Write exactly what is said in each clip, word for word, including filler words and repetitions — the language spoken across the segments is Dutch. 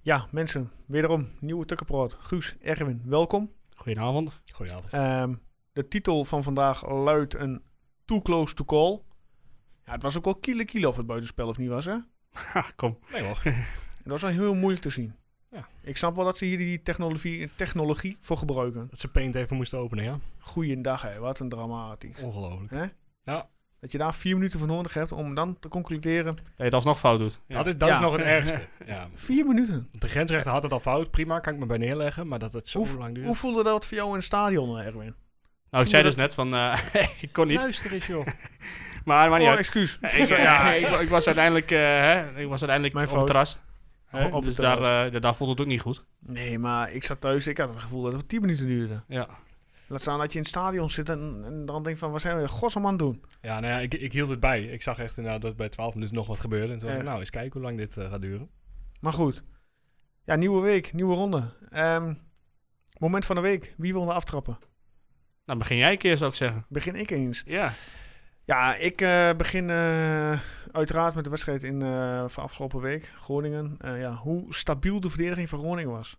Ja, mensen, wederom nieuwe Tukkenpraat. Guus, Erwin, welkom. Goedenavond. Goedenavond. Um, de titel van vandaag luidt een Too Close to Call. Ja, het was ook wel kilo kilo of het buitenspel of niet was, hè? Ha, kom. Nee hoor. Dat was wel heel moeilijk te zien. Ja. Ik snap wel dat ze hier die technologie, technologie voor gebruiken. Dat ze Paint even moesten openen, ja. Goeiedag, hè. Wat een dramatisch. Ongelooflijk. Hè? Ja. Dat je daar vier minuten voor nodig hebt om dan te concluderen. Dat je het alsnog fout doet. Ja. Dat, is, dat ja. is nog het ergste. Ja. Vier minuten. De grensrechter had het al fout. Prima, kan ik me bij neerleggen. Maar dat het zo hoe, lang duurt. Hoe voelde dat voor jou in het stadion, Erwin? Nou, ik zei dus net van, uh, ik kon niet. Luister eens, joh. maar, maar niet oh, uit. excuus. ik, ja, ik, ik was uiteindelijk, uh, hè, ik was uiteindelijk Mijn op het terras. Hè? Op dus het terras. daar, uh, daar vond het ook niet goed. Nee, maar ik zat thuis. Ik had het gevoel dat het tien minuten duurde. Ja. Laat staan dat je in het stadion zit en, en dan denk van, wat zijn we godsam aan het doen? Ja, nou ja, ik, ik hield het bij. Ik zag echt inderdaad dat bij twaalf minuten nog wat gebeurde. En toen dacht ik, nou, eens kijken hoe lang dit uh, gaat duren. Maar goed. Ja, nieuwe week, nieuwe ronde. Um, moment van de week. Wie wil er aftrappen? Nou, begin jij een keer, zou ik zeggen. Begin ik eens. Ja. Ja, ik uh, begin uh, uiteraard met de wedstrijd in uh, van afgelopen week. Groningen. Uh, ja, hoe stabiel de verdediging van Groningen was.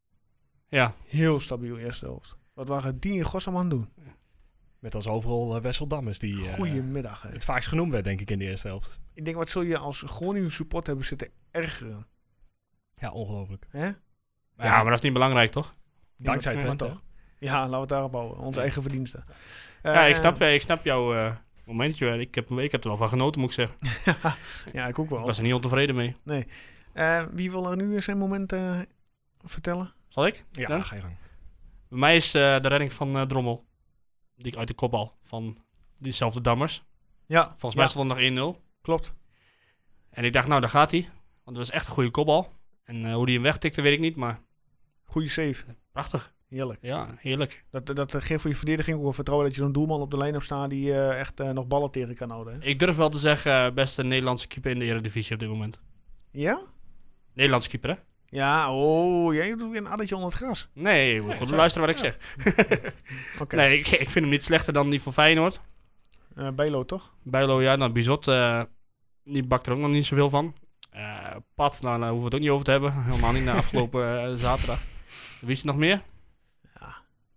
Ja. Heel stabiel, eerste helft. Wat waren die in godsnaam aan het doen? Met als overal uh, Wessel Dammers die uh, Goedemiddag. het vaakst genoemd werd, denk ik, in de eerste helft. Ik denk, wat zul je als Groningen support hebben zitten ergeren? Ja, ongelooflijk. Hè? Maar ja, maar dat is niet belangrijk, toch? Dankzij het toch? Ja, laten we het daarop bouwen. Onze ja. eigen verdiensten. Uh, ja, ik snap, ik snap jouw uh, momentje. Ik heb, ik heb er wel van genoten, moet ik zeggen. ja, ik ook wel. Ik was er niet ontevreden mee. Nee. Uh, wie wil er nu zijn moment uh, vertellen? Zal ik? Ja, Dan? ga je gang. Bij mij is uh, de redding van uh, Drommel. Die uit de kopbal van diezelfde Dammers. Ja. Volgens mij ja. stond het nog één nul. Klopt. En ik dacht, nou, daar gaat hij. Want het was echt een goede kopbal. En uh, hoe die hem wegtikte, weet ik niet, maar... Goeie save. Prachtig. Heerlijk. Ja, heerlijk. Dat, dat geeft voor je verdediging ook vertrouwen dat je zo'n doelman op de lijn hebt staan die uh, echt uh, nog ballen tegen kan houden. Hè? Ik durf wel te zeggen, uh, beste Nederlandse keeper in de Eredivisie op dit moment. Ja? Nederlandse keeper, hè? Ja, oh, jij doet weer een addertje onder het gras. Nee, je moet goed luisteren wat ja. ik zeg. okay. Nee, ik, ik vind hem niet slechter dan die van Feyenoord. Uh, Bijlo, toch? Bijlo, ja. Nou, Bizot, uh, die bakt er ook nog niet zoveel van. Uh, Pat, nou, daar hoeven we het ook niet over te hebben. Helemaal niet na afgelopen uh, zaterdag. Wie is er nog meer? Ja,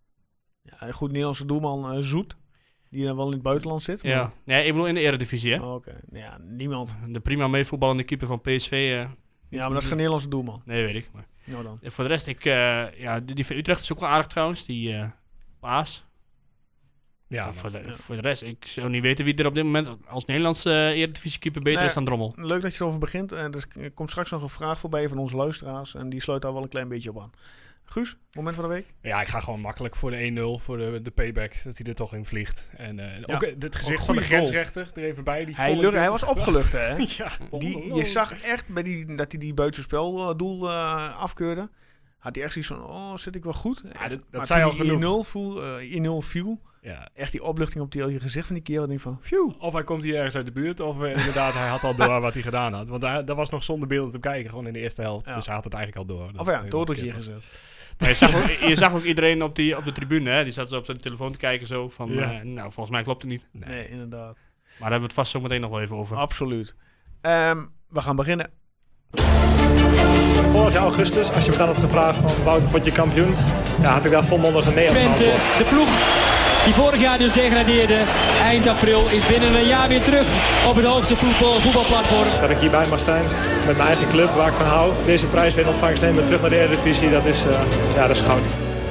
ja een goed Nederlandse doelman, uh, Zoet. Die dan wel in het buitenland zit. Maar... Ja, nee, ik bedoel in de Eredivisie, hè? Oh, Oké, okay. Ja, niemand. De prima meevoetballende keeper van P S V... Uh, ja, maar dat is geen Nederlandse doelman. Nee, weet ik. Maar. Nou dan. En voor de rest, ik, uh, ja, die, die van Utrecht is ook wel aardig trouwens. Die uh, Paas. Ja, voor de, ja, voor de rest, ik zou niet weten wie er op dit moment als Nederlandse uh, Eredivisie-keeper beter nee, is dan Drommel. Leuk dat je erover begint. Uh, er komt straks nog een vraag voorbij van onze luisteraars. En die sluit daar wel een klein beetje op aan. Guus, moment van de week? Ja, ik ga gewoon makkelijk voor de één nul, voor de, de payback, dat hij er toch in vliegt. En uh, ja, ook het gezicht oh, van de grensrechter er even bij. Die hij, lur, hij was opgelucht, hè? ja, die, je zag echt bij die, dat hij die buitenspeldoel uh, afkeurde. Had hij echt zoiets van, oh, zit ik wel goed? Ja, dat, dat maar zei al toen genoeg. één nul viel, uh, één nul viel ja. Echt die opluchting op die, je gezicht van die kerel. Denk van, phew. Of hij komt hier ergens uit de buurt, of uh, inderdaad, hij had al door wat hij gedaan had. Want hij, dat was nog zonder beelden te kijken, gewoon in de eerste helft. Ja. Dus hij had het eigenlijk al door. Of ja, een totertje gezet. Maar je, zag ook, je zag ook iedereen op, die, op de tribune, hè? Die zat zo op zijn telefoon te kijken zo van, ja. uh, nou, volgens mij klopt het niet. Nee, nee inderdaad. Maar daar hebben we het vast zo meteen nog wel even over. Absoluut. Um, we gaan beginnen. Vorig jaar augustus, als je me dan had gevraagd van Wouter, word je kampioen? Ja, had ik daar volmondig een nee op Twente, de ploeg die vorig jaar dus degradeerde, eind april, is binnen een jaar weer terug op het hoogste voetbal, voetbalplatform. Dat ik hierbij mag zijn met mijn eigen club, waar ik van hou. Deze prijs weer in ontvangst nemen, terug naar de Eredivisie, dat is, uh, ja, dat is goud.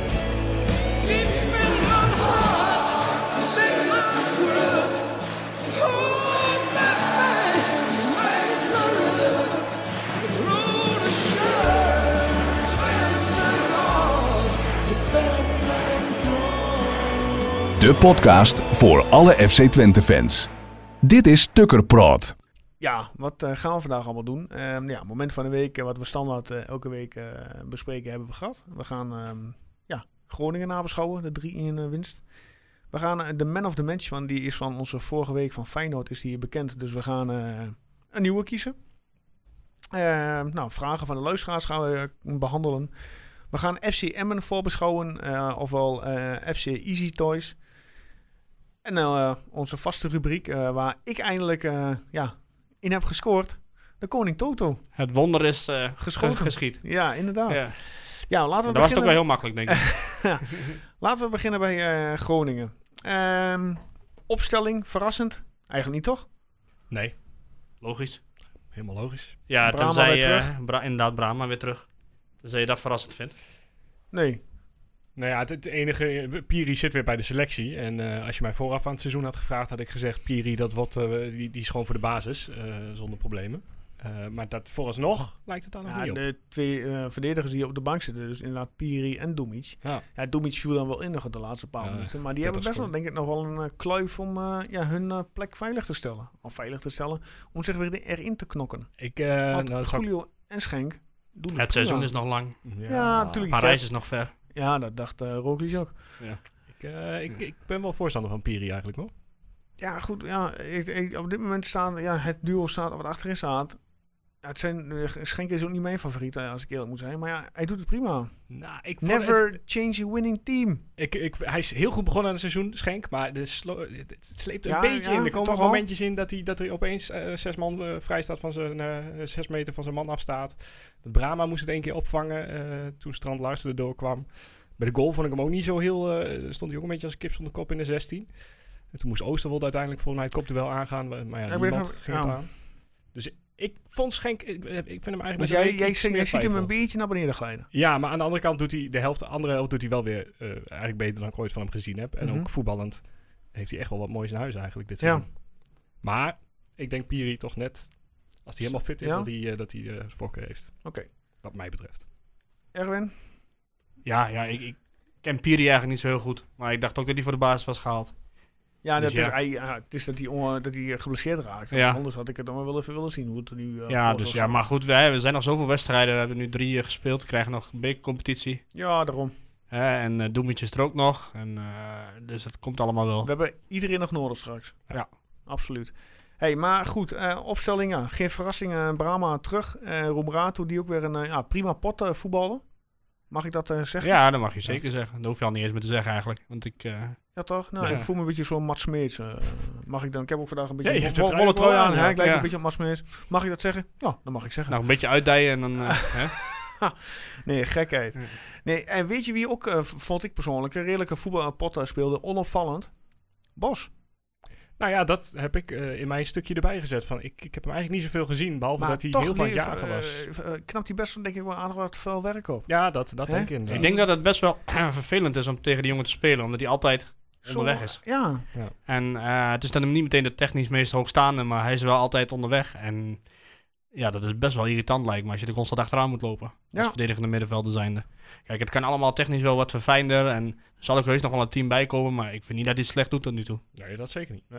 De podcast voor alle F C Twente-fans. Dit is Tukkerpraat. Ja, wat uh, gaan we vandaag allemaal doen? Um, ja, moment van de week, uh, wat we standaard uh, elke week uh, bespreken, hebben we gehad. We gaan um, ja, Groningen nabeschouwen, de drie in uh, winst. We gaan uh, de man of the match, want die is van onze vorige week van Feyenoord, is die bekend. Dus we gaan uh, een nieuwe kiezen. Uh, nou, vragen van de luisteraars gaan we uh, behandelen. We gaan F C Emmen voorbeschouwen, uh, ofwel uh, F C Easy Toys. En uh, onze vaste rubriek, uh, waar ik eindelijk uh, ja, in heb gescoord. de koning Toto. Het wonder is uh, geschoten. geschied. Ja, inderdaad. Ja, ja laten we dat beginnen. was het ook wel heel makkelijk, denk ik. ja. Laten we beginnen bij uh, Groningen. Um, opstelling, verrassend? Eigenlijk niet, toch? Nee. Logisch. Helemaal logisch. Ja, Brama tenzij uh, Bra- inderdaad Brama weer terug. Tenzij je dat verrassend vindt. Nee. Nou ja, het, het enige... Piri zit weer bij de selectie. En uh, als je mij vooraf aan het seizoen had gevraagd, had ik gezegd... Piri, dat wordt, uh, die, die is gewoon voor de basis. Uh, zonder problemen. Uh, maar dat vooralsnog lijkt het dan nog ja, niet op. De twee uh, verdedigers die op de bank zitten, dus inderdaad Piri en Dumic. Ja, ja Dumic viel dan wel in nog de laatste paar ja, minuten. Maar die hebben best wel, denk ik, nog wel een uh, kluif om uh, ja, hun uh, plek veilig te stellen. Of veilig te stellen, om zich weer erin te knokken. Ik, uh, Want nou, Julio ik... en Schenk doen het Het seizoen is nog lang. Ja, ja natuurlijk. Parijs is nog ver. Ja, dat dacht uh, Roglic ook. Ja. Ik, uh, ik, ik ben wel voorstander van Piri eigenlijk, hoor. Ja, goed. Ja, ik, ik, op dit moment staan, ja, het duo staat wat achterin staat. Ja, het zijn, Schenk is ook niet mijn favoriet, als ik eerlijk moet zijn. Maar ja, hij doet het prima. Nou, ik Never even, change a winning team. Ik, ik, hij is heel goed begonnen aan het seizoen, Schenk. Maar de slo- het, het sleept een ja, beetje ja, in. Er komen toch momentjes in dat hij, dat hij opeens uh, zes man uh, vrij staat van zijn uh, zes meter van zijn man afstaat. De Brama moest het één keer opvangen uh, toen Strand Larsen erdoor kwam. Bij de goal vond ik hem ook niet zo heel... Uh, stond hij ook een beetje als een kip zonder kop in de zestien. En toen moest Oosterwold uiteindelijk volgens mij het kopduel aangaan. Maar ja, ja niemand van, ging ja. het aan. Dus ik vond Schenk... Ik, ik vind hem eigenlijk... Dus jij, jij, jij ziet hem een beetje naar beneden glijden. Ja, maar aan de andere kant doet hij... De helft, de andere helft doet hij wel weer uh, eigenlijk beter dan ik ooit van hem gezien heb. En mm-hmm. ook voetballend heeft hij echt wel wat moois in huis eigenlijk dit seizoen. Ja. Maar ik denk Piri toch net... Als hij helemaal fit is, ja? dat hij, uh, dat hij uh, voorkeur heeft. Oké. Okay. Wat mij betreft. Erwin? Ja, ja ik, ik ken Piri eigenlijk niet zo heel goed. Maar ik dacht ook dat hij voor de basis was gehaald. Ja, dus dat ja. Is, hij, ja, het is dat hij, on, dat hij geblesseerd raakt. Ja. Anders had ik het dan wel even willen zien hoe het er nu uh, Ja, dus ja, maar goed, wij, we zijn nog zoveel wedstrijden. We hebben nu drie uh, gespeeld. We krijgen nog een bekercompetitie. Ja, daarom. Uh, en uh, Doemetje is er ook nog. En, uh, dus het komt allemaal wel. We hebben iedereen nog nodig straks. Ja. Absoluut. Hey, maar goed, uh, opstelling, ja. Geen verrassingen. Brama terug. Uh, Roemerato, die ook weer een uh, ja, prima pot uh, voetballen. Mag ik dat uh, zeggen? Ja, dat mag je zeker ja. zeggen. Dat hoef je al niet eens meer te zeggen eigenlijk. Want ik... Uh, ja, toch? Nou, ja. ik voel me een beetje zo'n Mats Smeets. Uh, mag ik dan? Ik heb ook vandaag een beetje ja, een wollen wo- trui aan. Ja. Ik lijk ja. een beetje op Mats Smeets. Mag ik dat zeggen? Ja, dat mag ik zeggen. Nou, een beetje uitdijen en dan... Uh, hè? Nee, gekheid. Nee, en weet je wie ook, uh, vond ik persoonlijk, een redelijke voetbalpot uh, speelde? Onopvallend. Bos. Nou ja, dat heb ik uh, in mijn stukje erbij gezet. Van, ik, ik heb hem eigenlijk niet zoveel gezien, behalve maar dat hij heel van het jagen uh, was. Uh, knapt hij best, denk ik, wel aardig wat veel werk op. Ja, dat, dat denk ik. Ik denk dat het best wel vervelend is om tegen die jongen te spelen, omdat hij altijd Zo, onderweg is. Ja. ja. En uh, het is dan niet meteen de technisch meest hoogstaande, maar hij is wel altijd onderweg. En ja, dat is best wel irritant lijkt me, als je er constant achteraan moet lopen. Ja. Als verdedigende middenvelder zijnde. Kijk, het kan allemaal technisch wel wat verfijnder en er zal ook heus nog wel een team bij komen, maar ik vind niet dat hij het slecht doet tot nu toe. Nee, dat zeker niet. Nee.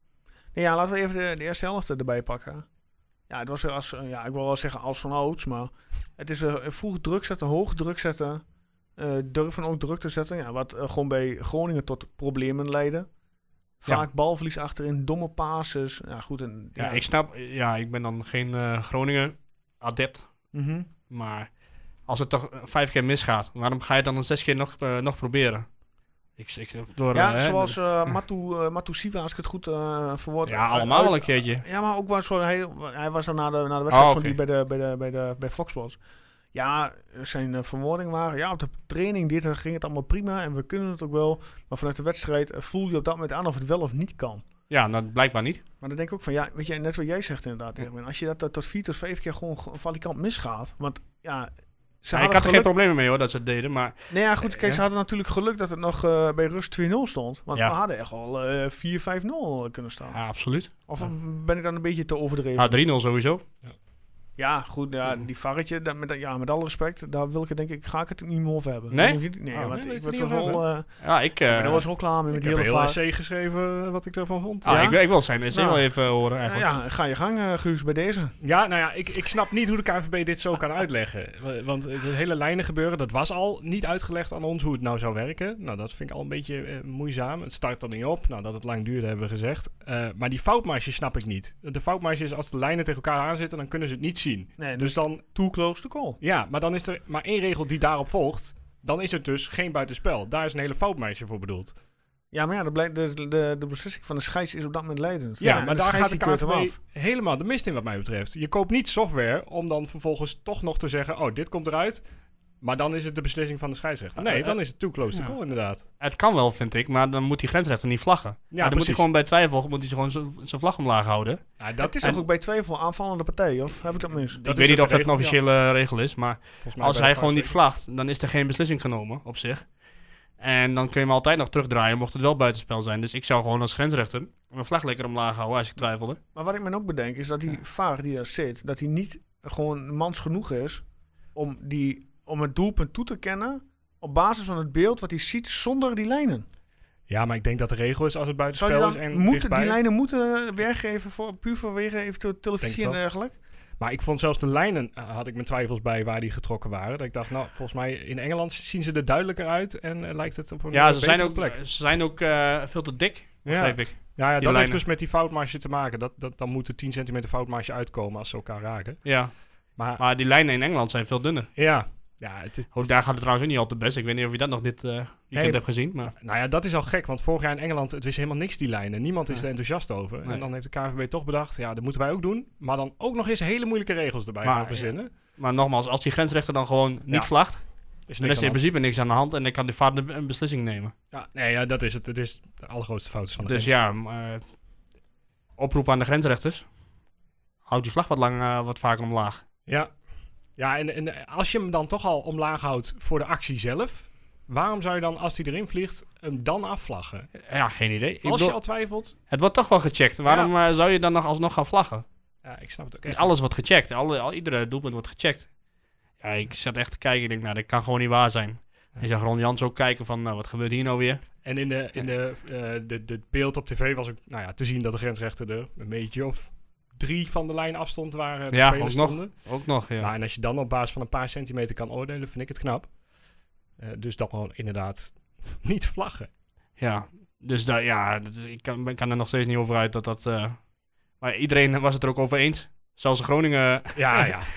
Ja, laten we even de, de eerste helft erbij pakken. Ja, het was weer als, ja, ik wil wel zeggen als van ouds, maar het is weer vroeg druk zetten, hoog druk zetten, uh, durven ook druk te zetten. Ja, wat uh, gewoon bij Groningen tot problemen leidde. Vaak ja. balverlies achterin, domme passes. Ja, goed. En, ja, ja, ik snap, ja, ik ben dan geen uh, Groningen adept, mm-hmm. maar als het toch vijf keer misgaat, waarom ga je het dan zes keer nog, uh, nog proberen? Ik, ik, door, ja, uh, zoals uh, Matu, uh, Matu Siva, als ik het goed uh, verwoord. Ja, allemaal wel een keertje. Ja, maar ook was hij, hij was dan na de, na de wedstrijd oh, okay. van die bij, de, bij, de, bij, de, bij Fox Sports. Ja, zijn uh, verwoording waren, ja, op de training dit ging het allemaal prima en we kunnen het ook wel. Maar vanuit de wedstrijd uh, voel je op dat moment aan of het wel of niet kan. Ja, dat blijkbaar niet. Maar dan denk ik ook van, ja, weet je, net wat jij zegt inderdaad. Ja. Als je dat uh, tot vier tot vijf keer gewoon valikant misgaat, want ja... Ja, ik had er geluk... geen problemen mee hoor, dat ze het deden, maar... Nee, ja, goed, kijk, ze hadden natuurlijk geluk dat het nog uh, bij rust twee nul stond. Want ja. we hadden echt al uh, vier vijf nul kunnen staan. Ja, absoluut. Of ja. ben ik dan een beetje te overdreven? Ja, drie nul sowieso. Ja. Ja, goed, ja, die varretje, dat, met, ja, met alle respect, daar wil ik het denk ik, ga ik het niet meer over hebben. Nee? Nee, nee oh, want nee, ik was wel... Uh, ja, ik... Uh, daar was er ook klaar mee met die hele hele vaart. Ik heb een heel essay geschreven wat ik ervan vond. Ah, ja? ik, ik wil zijn essay nou, wel even horen eigenlijk. Ja, ga je gang, uh, Guus, bij deze. Ja, nou ja, ik, ik snap niet hoe de K N V B dit zo kan uitleggen. Want het hele lijnen gebeuren, dat was al niet uitgelegd aan ons hoe het nou zou werken. Nou, dat vind ik al een beetje uh, moeizaam. Het start er niet op. Nou, dat het lang duurde, hebben we gezegd. Uh, maar die foutmarge snap ik niet. De foutmarge is als de lijnen tegen elkaar aanzitten, dan kunnen ze het niet zien. Nee, dus, dus dan... Too close to call. Ja, maar dan is er maar één regel die daarop volgt. Dan is het dus geen buitenspel. Daar is een hele foutmarge voor bedoeld. Ja, maar ja, de, blijkt- de, de, de beslissing van de scheids is op dat moment leidend. Ja, En maar de daar gaat scheids de die keurt hem K af. V B helemaal de mist in wat mij betreft. Je koopt niet software om dan vervolgens toch nog te zeggen... oh, dit komt eruit, maar dan is het de beslissing van de scheidsrechter. Nee, dan is het too close to Ja. call inderdaad. Het kan wel, vind ik, maar dan moet die grensrechter niet vlaggen. Ja, dan moet precies. hij gewoon bij twijfel moet hij gewoon zijn zijn vlag omlaag houden. Ja, dat Dat is toch ook bij twijfel aanvallende partij, of heb ik dat mis? ik is weet niet ook of de dat een regel, officiële regel is, maar volgens mij als bij hij de gewoon niet VAR vlagt, dan is er geen beslissing genomen op zich. En dan kun je hem altijd nog terugdraaien, mocht het wel buitenspel zijn. Dus ik zou gewoon als grensrechter mijn vlag lekker omlaag houden als ik twijfelde. Maar wat ik me ook bedenk is dat die V A R die daar zit, dat hij niet gewoon mans genoeg is om, die, om het doelpunt toe te kennen op basis van het beeld wat hij ziet zonder die lijnen. Ja, maar ik denk dat de regel is als het Zou buitenspel je is dan en moeten, dichtbij. die lijnen moeten weergeven voor, puur vanwege eventueel Denk televisie het en wel. dergelijke? Maar ik vond zelfs de lijnen, uh, had ik mijn twijfels bij waar die getrokken waren. Dat ik dacht, nou, volgens mij in Engeland zien ze er duidelijker uit en uh, lijkt het op een Ja, uh, ze zijn betere ook, plek. ze zijn ook eh, veel te dik, begreep ik. Ja, ja dat lijnen. heeft dus met die foutmarge te maken. Dat, dat, dan moet er tien centimeter foutmarge uitkomen als ze elkaar raken. Ja, Maar, maar die lijnen in Engeland zijn veel dunner. ja, ja het is, Ook daar gaat het trouwens ook niet al te best. Ik weet niet of je dat nog dit uh, weekend Nee, hebt gezien. Maar nou ja, dat is al gek, want vorig jaar in Engeland, het wist helemaal niks die lijnen. Niemand is Nee. er enthousiast over. Nee. En dan heeft de K N V B toch bedacht, ja, dat moeten wij ook doen. Maar dan ook nog eens hele moeilijke regels erbij Maar, gaan verzinnen. Maar nogmaals, als die grensrechter dan gewoon niet Ja. vlagt, Is dan niks is er in aan de principe niks aan de hand en dan kan de V A R de- een beslissing nemen. hand. Ja, nee, ja, dat is het. Het is de allergrootste fout van de Dus grens. ja, m- eh, oproep aan de grensrechters. Houd die vlag wat, lang, eh, wat vaker omlaag. Ja, ja en, en als je hem dan toch al omlaag houdt voor de actie zelf, waarom zou je dan, als hij erin vliegt, hem dan afvlaggen? Ja, geen idee. Ik Als bedoel, je al twijfelt, het wordt toch wel gecheckt. Waarom eh, zou je dan nog alsnog gaan vlaggen? ja, ik snap het ook echt. Alles wordt gecheckt. Alle, al, iedere doelpunt wordt gecheckt. Ja, ik zat echt te kijken. Ik denk, nou, dat kan gewoon niet waar zijn. Je zag Ron Jans ook kijken van, nou, wat gebeurt hier nou weer? En in de, in de, eh, de, de beeld op tv was ook nou ja, te zien dat de grensrechter er een beetje of drie van de lijn afstond waar de Ja, spelers ook nog. stonden. Ook nog, ja. Nou, en als je dan op basis van een paar centimeter kan oordelen, vind ik het knap. Eh, dus dan gewoon inderdaad niet vlaggen. Ja, dus daar, ja, dat is- ik kan, ik kan er nog steeds niet over uit dat dat... eh, maar iedereen was het er ook over eens. Zelfs Groningen Ja, ja.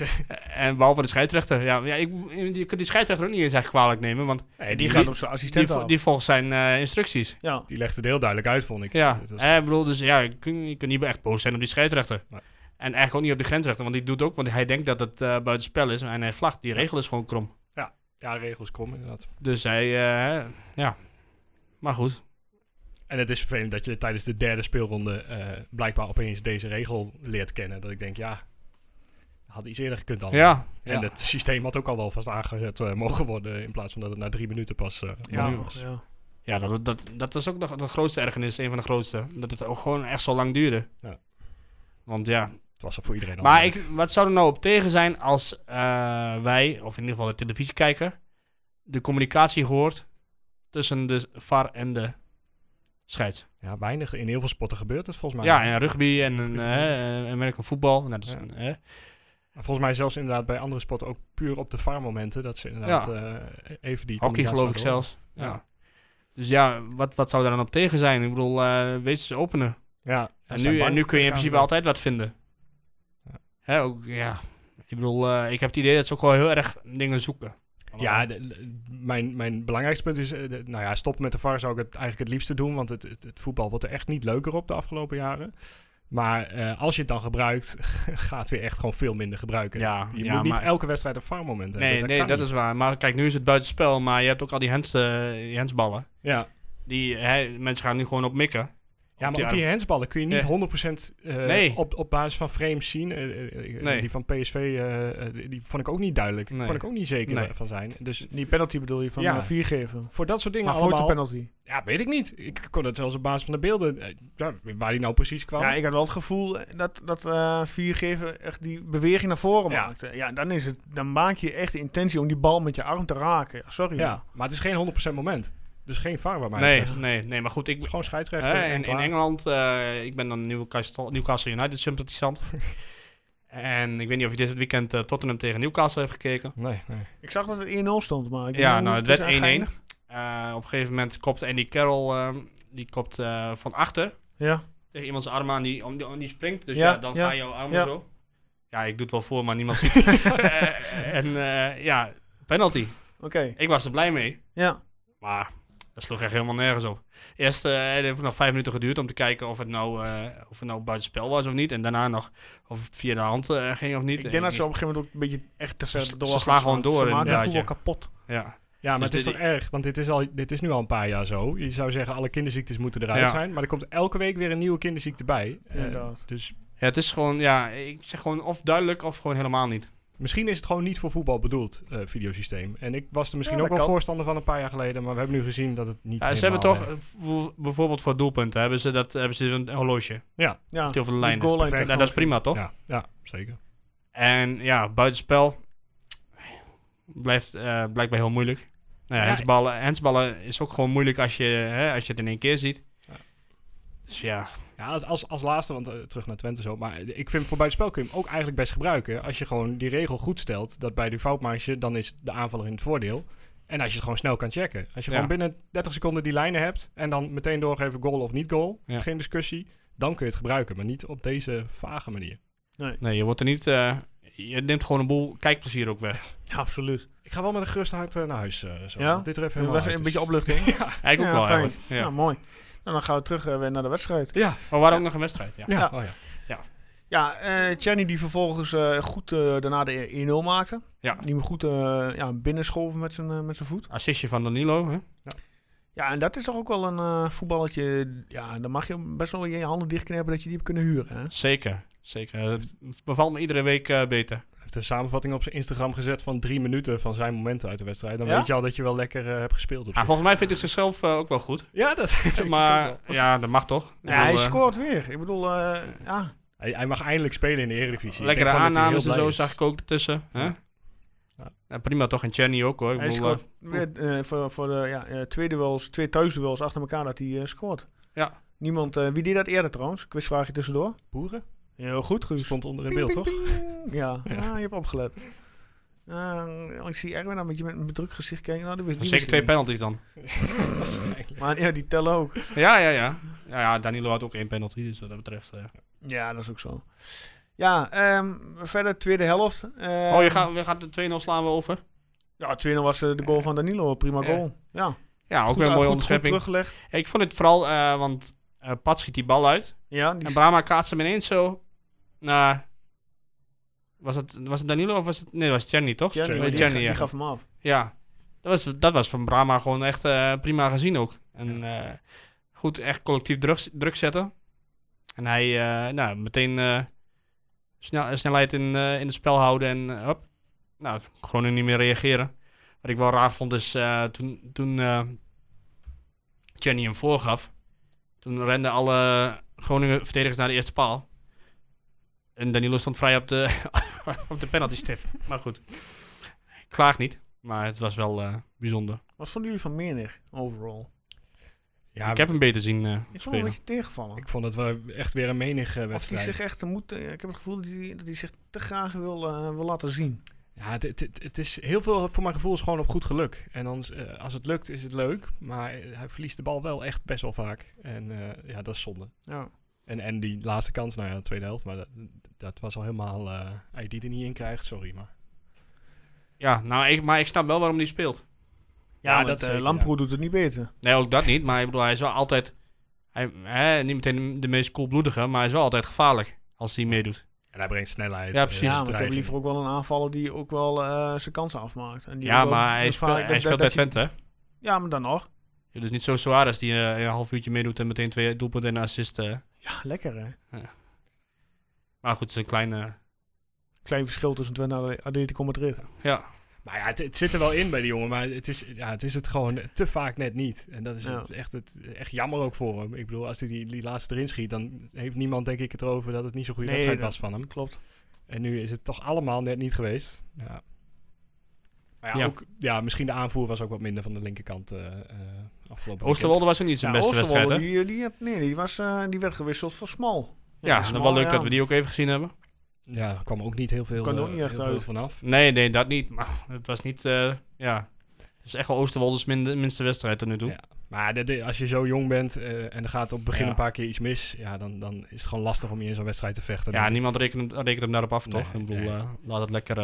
en behalve de scheidsrechter. Ja, ja ik, je kunt die scheidsrechter ook niet eens echt kwalijk nemen, want Nee, Die die, gaat die, op zijn die, assistent vo- af. die volgt zijn eh, instructies. Ja. die legt het heel duidelijk uit, vond ik. Ja, Het was- eh, ik bedoel, dus ja, je kunt, je kunt niet echt boos zijn op die scheidsrechter. Nee. En eigenlijk ook niet op die grensrechter, want die doet ook, want hij denkt dat het uh, buitenspel is en hij vlagt. Die regel is gewoon krom. ja, regels krom inderdaad. Dus hij, uh, ja, maar goed. En het is vervelend dat je tijdens de derde speelronde uh, blijkbaar opeens deze regel leert kennen. Dat ik denk, ja, had iets eerder gekund dan. Ja, En ja. het systeem had ook al wel vast aangezet uh, mogen worden in plaats van dat het na drie minuten pas uh, Ja, ja. was. ja. Ja, dat, dat, dat was ook nog de grootste ergernis, een van de grootste. Dat het ook gewoon echt zo lang duurde. Ja. Want ja. Het was er voor iedereen al. Maar ik, wat zou er nou op tegen zijn als uh, wij, of in ieder geval de televisiekijker, de communicatie hoort tussen de V A R en de scheids? Ja, weinig. In heel veel sporten gebeurt het volgens mij. Ja, en rugby en een uh, American voetbal. Nou, dat is Ja. een, uh, Volgens mij zelfs inderdaad bij andere sporten ook puur op de V A R-momenten. Dat ze inderdaad Ja. uh, even die hockey geloof ik communicatie hadden. zelfs. Ja. Ja. Dus ja, wat, wat zou daar dan op tegen zijn? Ik bedoel, uh, wees ze openen. Ja, En nu, en nu kun je in principe altijd wat vinden. Ja. Hè, ook, ja. Ik bedoel, uh, ik heb het idee dat ze ook wel heel erg dingen zoeken. Ja, de, de, mijn, mijn belangrijkste punt is, uh, de, nou ja, stoppen met de V A R zou ik het eigenlijk het liefste doen, want het, het, het voetbal wordt er echt niet leuker op de afgelopen jaren. Maar uh, als je het dan gebruikt, gaat weer echt gewoon veel minder gebruiken. Ja, je ja, moet niet maar- elke wedstrijd een V A R-moment hebben. Nee, dat nee, kan dat niet. is waar. Maar kijk, nu is het buitenspel, maar je hebt ook al die, hands, uh, die handsballen. Ja. Die, hè, mensen gaan nu gewoon op mikken. Ja, maar die op die arm. handsballen kun je niet Nee. honderd procent uh, Nee. op, op basis van frames zien. Uh, uh, Nee. Die van P S V, uh, uh, die, die vond ik ook niet duidelijk. Nee. Vond ik ook niet zeker Nee. van zijn. Dus Die penalty bedoel je van Ja. ja. vier geven. voor dat soort dingen Maar allemaal... fotopenalty. Ja, weet ik niet. Ik kon het zelfs op basis van de beelden... uh, ja, waar die nou precies kwam. Ja, ik had wel het gevoel dat, dat uh, vier geven echt die beweging naar voren Ja. maakte. Ja, dan, is het, dan maak je echt de intentie om die bal met je arm te raken. Ja, sorry. Ja, maar het is geen honderd procent moment. Dus geen V A R bij mij. Nee, betreft. nee, nee, maar goed, Het ik, is gewoon scheidsrechter. Hè, en in, in klaar. Engeland, uh, ik ben dan Newcastle, Newcastle United sympathisant. En ik weet niet of je dit weekend uh, Tottenham tegen Newcastle hebt gekeken. Nee, nee. Ik zag dat het één nul stond, maar ik weet Ja, niet nou, hoe het werd is één-één. geëindigd. Uh, op een gegeven moment kopt Andy Carroll, uh, die kopt uh, van achter Ja. tegen iemands arm aan, die, om, die, om die springt. Dus Ja, ja, dan ja, gaan jouw armen ja. zo. Ja, ik doe het wel voor, maar niemand ziet het. uh, en uh, ja, penalty. Oké. Ik was er blij mee. Ja. Maar Dat sloeg echt helemaal nergens op. Eerst uh, het heeft nog vijf minuten geduurd om te kijken of het nou, uh, of het nou buitenspel was of niet. En daarna nog of het via de hand uh, ging of niet. Ik denk dat ze op een gegeven moment ook een beetje echt te ver Ze, door ze slaan gewoon door. Ze maken het voetbal ja. kapot. Ja. Ja, maar dus het is dit, toch erg, want dit is, al, dit is nu al een paar jaar zo. Je zou zeggen, alle kinderziektes moeten eruit ja. zijn. Maar er komt elke week weer een nieuwe kinderziekte bij. Uh, dus ja, het is gewoon, ja, ik zeg gewoon of duidelijk of gewoon helemaal niet. Misschien is het gewoon niet voor voetbal bedoeld, uh, videosysteem. En ik was er misschien ja, ook wel kan. voorstander van een paar jaar geleden. Maar we hebben nu gezien dat het niet ja, ze hebben toch, uh, bijvoorbeeld voor doelpunten, hebben ze, dat, hebben ze een horloge. Ja. ja. Of over de lijn. De Dus ja, dat is prima, toch? Ja, ja zeker. En ja, buitenspel blijft uh, blijkbaar heel moeilijk. Nou ja, ja, hensballen, hensballen is ook gewoon moeilijk als je, hè, als je het in één keer ziet. Ja. Dus ja... Ja, als, als, als laatste, want uh, terug naar Twente zo. Maar ik vind voor buitenspel kun je hem ook eigenlijk best gebruiken. Als je gewoon die regel goed stelt, dat bij die foutmarge, dan is de aanvaller in het voordeel. En als je het gewoon snel kan checken. Als je ja. gewoon binnen dertig seconden die lijnen hebt en dan meteen doorgeven goal of niet goal, ja. geen discussie, dan kun je het gebruiken. Maar niet op deze vage manier. Nee, nee je wordt er niet... Uh, je neemt gewoon een boel kijkplezier ook weg. Ja, absoluut. Ik ga wel met een gerust hart uh, naar huis. Uh, zo. Ja? Dit er even helemaal was uit, een dus. beetje opluchting. ja, ik ook ja, wel fijn. Ja. ja, mooi. Nou, dan gaan we terug uh, weer naar de wedstrijd. Ja. Maar we waren ook nog een wedstrijd. Ja, ja. ja. Oh, ja. ja. Ja, uh, Tjerni die vervolgens uh, goed uh, daarna de één nul maakte. Ja. Die me goed uh, ja, binnenschoven met zijn uh, met zijn voet. Assistje van Danilo, hè? Ja. Ja, en dat is toch ook wel een uh, voetballetje. Ja, dan mag je best wel je handen dichtknippen dat je die hebt kunnen huren. Hè? Zeker, zeker. Het bevalt me iedere week uh, beter. Hij heeft een samenvatting op zijn Instagram gezet van drie minuten van zijn momenten uit de wedstrijd. Dan ja? weet je al dat je wel lekker uh, hebt gespeeld. Ah, volgens mij vindt hij zichzelf uh, ook wel goed. Ja, dat maar ja, dat mag toch? Ja, hij uh, scoort weer. Ik bedoel, uh, ja. Hij, hij mag eindelijk spelen in de Eredivisie. Lekkere aannames en zo zag ik ook ertussen. Hè? Ja. Ja. Ja, prima toch, en Tjerni ook hoor. Ik hij bedoel, scoort uh, weer uh, voor, voor de ja, uh, twee duels, twee thuisduels achter elkaar dat hij uh, scoort. Ja. Niemand, uh, wie deed dat eerder trouwens? Quizvraagje tussendoor. Boeren? Heel goed, Guus. Stond onder in beeld, toch? Ja, ja. Ah, je hebt opgelet. Uh, ik zie Erwin een beetje met een bedrukt gezicht kijken. Nou, wist, zeker twee penalties dan. Maar ja, die tellen ook. Ja, ja, ja. Ja, ja, Danilo had ook één penalty, dus wat dat betreft... Uh. Ja, dat is ook zo. Ja, um, verder tweede helft. Uh, oh, je gaat, je gaat de twee nul slaan we over? Ja, twee nul was uh, de goal van Danilo. Prima goal. Ja, ja ook weer een mooie onderschepping. teruggelegd. Ja, ik vond het vooral, uh, want uh, Pat schiet die bal uit. Ja, die en Brahma kaatst hem ineens zo naar... Was het, was het Danilo of was het... Nee, dat was Tjerni, toch? Tjerni, die, Tjerni, die ja. gaf hem af. Ja, dat was, dat was van Brahma gewoon echt uh, prima gezien ook. En uh, goed, echt collectief druk, druk zetten. En hij, uh, nou, meteen uh, snel, snelheid in, uh, in het spel houden en uh, hop. Nou, gewoon niet meer reageren. Wat ik wel raar vond is, uh, toen, toen uh, Tjerni hem voorgaf, toen renden alle Groningen verdedigers naar de eerste paal. En Danilo stond vrij op de, op de penalty stip. Maar goed, ik klaag niet. Maar het was wel uh, bijzonder. Wat vonden jullie van Menig overall? Ja, ik heb hem beter zien uh, ik vond spelen. een beetje tegenvallen. Ik vond het wel echt weer een menig uh, wedstrijd. Of hij zich echt moet, uh, ik heb het gevoel dat hij, dat hij zich te graag wil, uh, wil laten zien. Ja, het, het, het is heel veel, voor mijn gevoel is gewoon op goed geluk. En dan, uh, als het lukt, is het leuk. Maar hij verliest de bal wel echt best wel vaak. En uh, ja, dat is zonde. Ja. En, en die laatste kans, nou ja, de tweede helft. Maar dat, dat was al helemaal... Uh, hij die er niet in krijgt, sorry, maar... Ja, nou, ik, maar ik snap wel waarom hij speelt. Ja, ja dat uh, Lamproe ja. doet het niet beter. Nee, ook dat niet. Maar ik bedoel, hij is wel altijd... Hij, hè, niet meteen de meest koelbloedige, maar hij is wel altijd gevaarlijk als hij meedoet. En hij brengt snelheid. Ja, precies. Ja, maar ik heb liever ook wel een aanvaller die ook wel uh, zijn kansen afmaakt. En die ja, maar hij speelt, hij speelt bij Twente, hè? Ja, maar dan nog. Ja, dus niet zo Suarez die uh, een half uurtje meedoet en meteen twee doelpunten en een assist. Uh. Ja, lekker hè. Ja. Maar goed, het is een kleine... Klein verschil tussen Twente en Atletico Madrid. Ja. Maar ja, het, het zit er wel in bij die jongen, maar het is, ja, het is het gewoon te vaak net niet. En dat is ja. echt, het, echt jammer ook voor hem. Ik bedoel, als hij die, die laatste erin schiet, dan heeft niemand denk ik het erover dat het niet zo'n goede nee, wedstrijd dat was van hem. Klopt. En nu is het toch allemaal net niet geweest. Ja. Maar ja, ja. Ook, ja, misschien de aanvoer was ook wat minder van de linkerkant uh, uh, afgelopen Oosterwolde was ook niet zijn ja, beste wedstrijd, hè? Die, die, had, nee, die, was, uh, die werd gewisseld voor Smal. Ja, ja Smal, wel leuk ja. dat we die ook even gezien hebben. Ja, er kwam ook niet heel veel, uh, ook niet echt heel veel vanaf. Nee, nee, dat niet. Maar het was niet, uh, ja... Het is echt wel Oosterwolde's min, minste wedstrijd tot nu toe. Ja. Maar de, de, als je zo jong bent uh, en er gaat op het begin ja. een paar keer iets mis... Ja, dan, dan is het gewoon lastig om je in zo'n wedstrijd te vechten. Ja, niemand rekent, rekent hem daarop af, nee, toch? Ik bedoel, nee. uh, laat het lekker... Uh,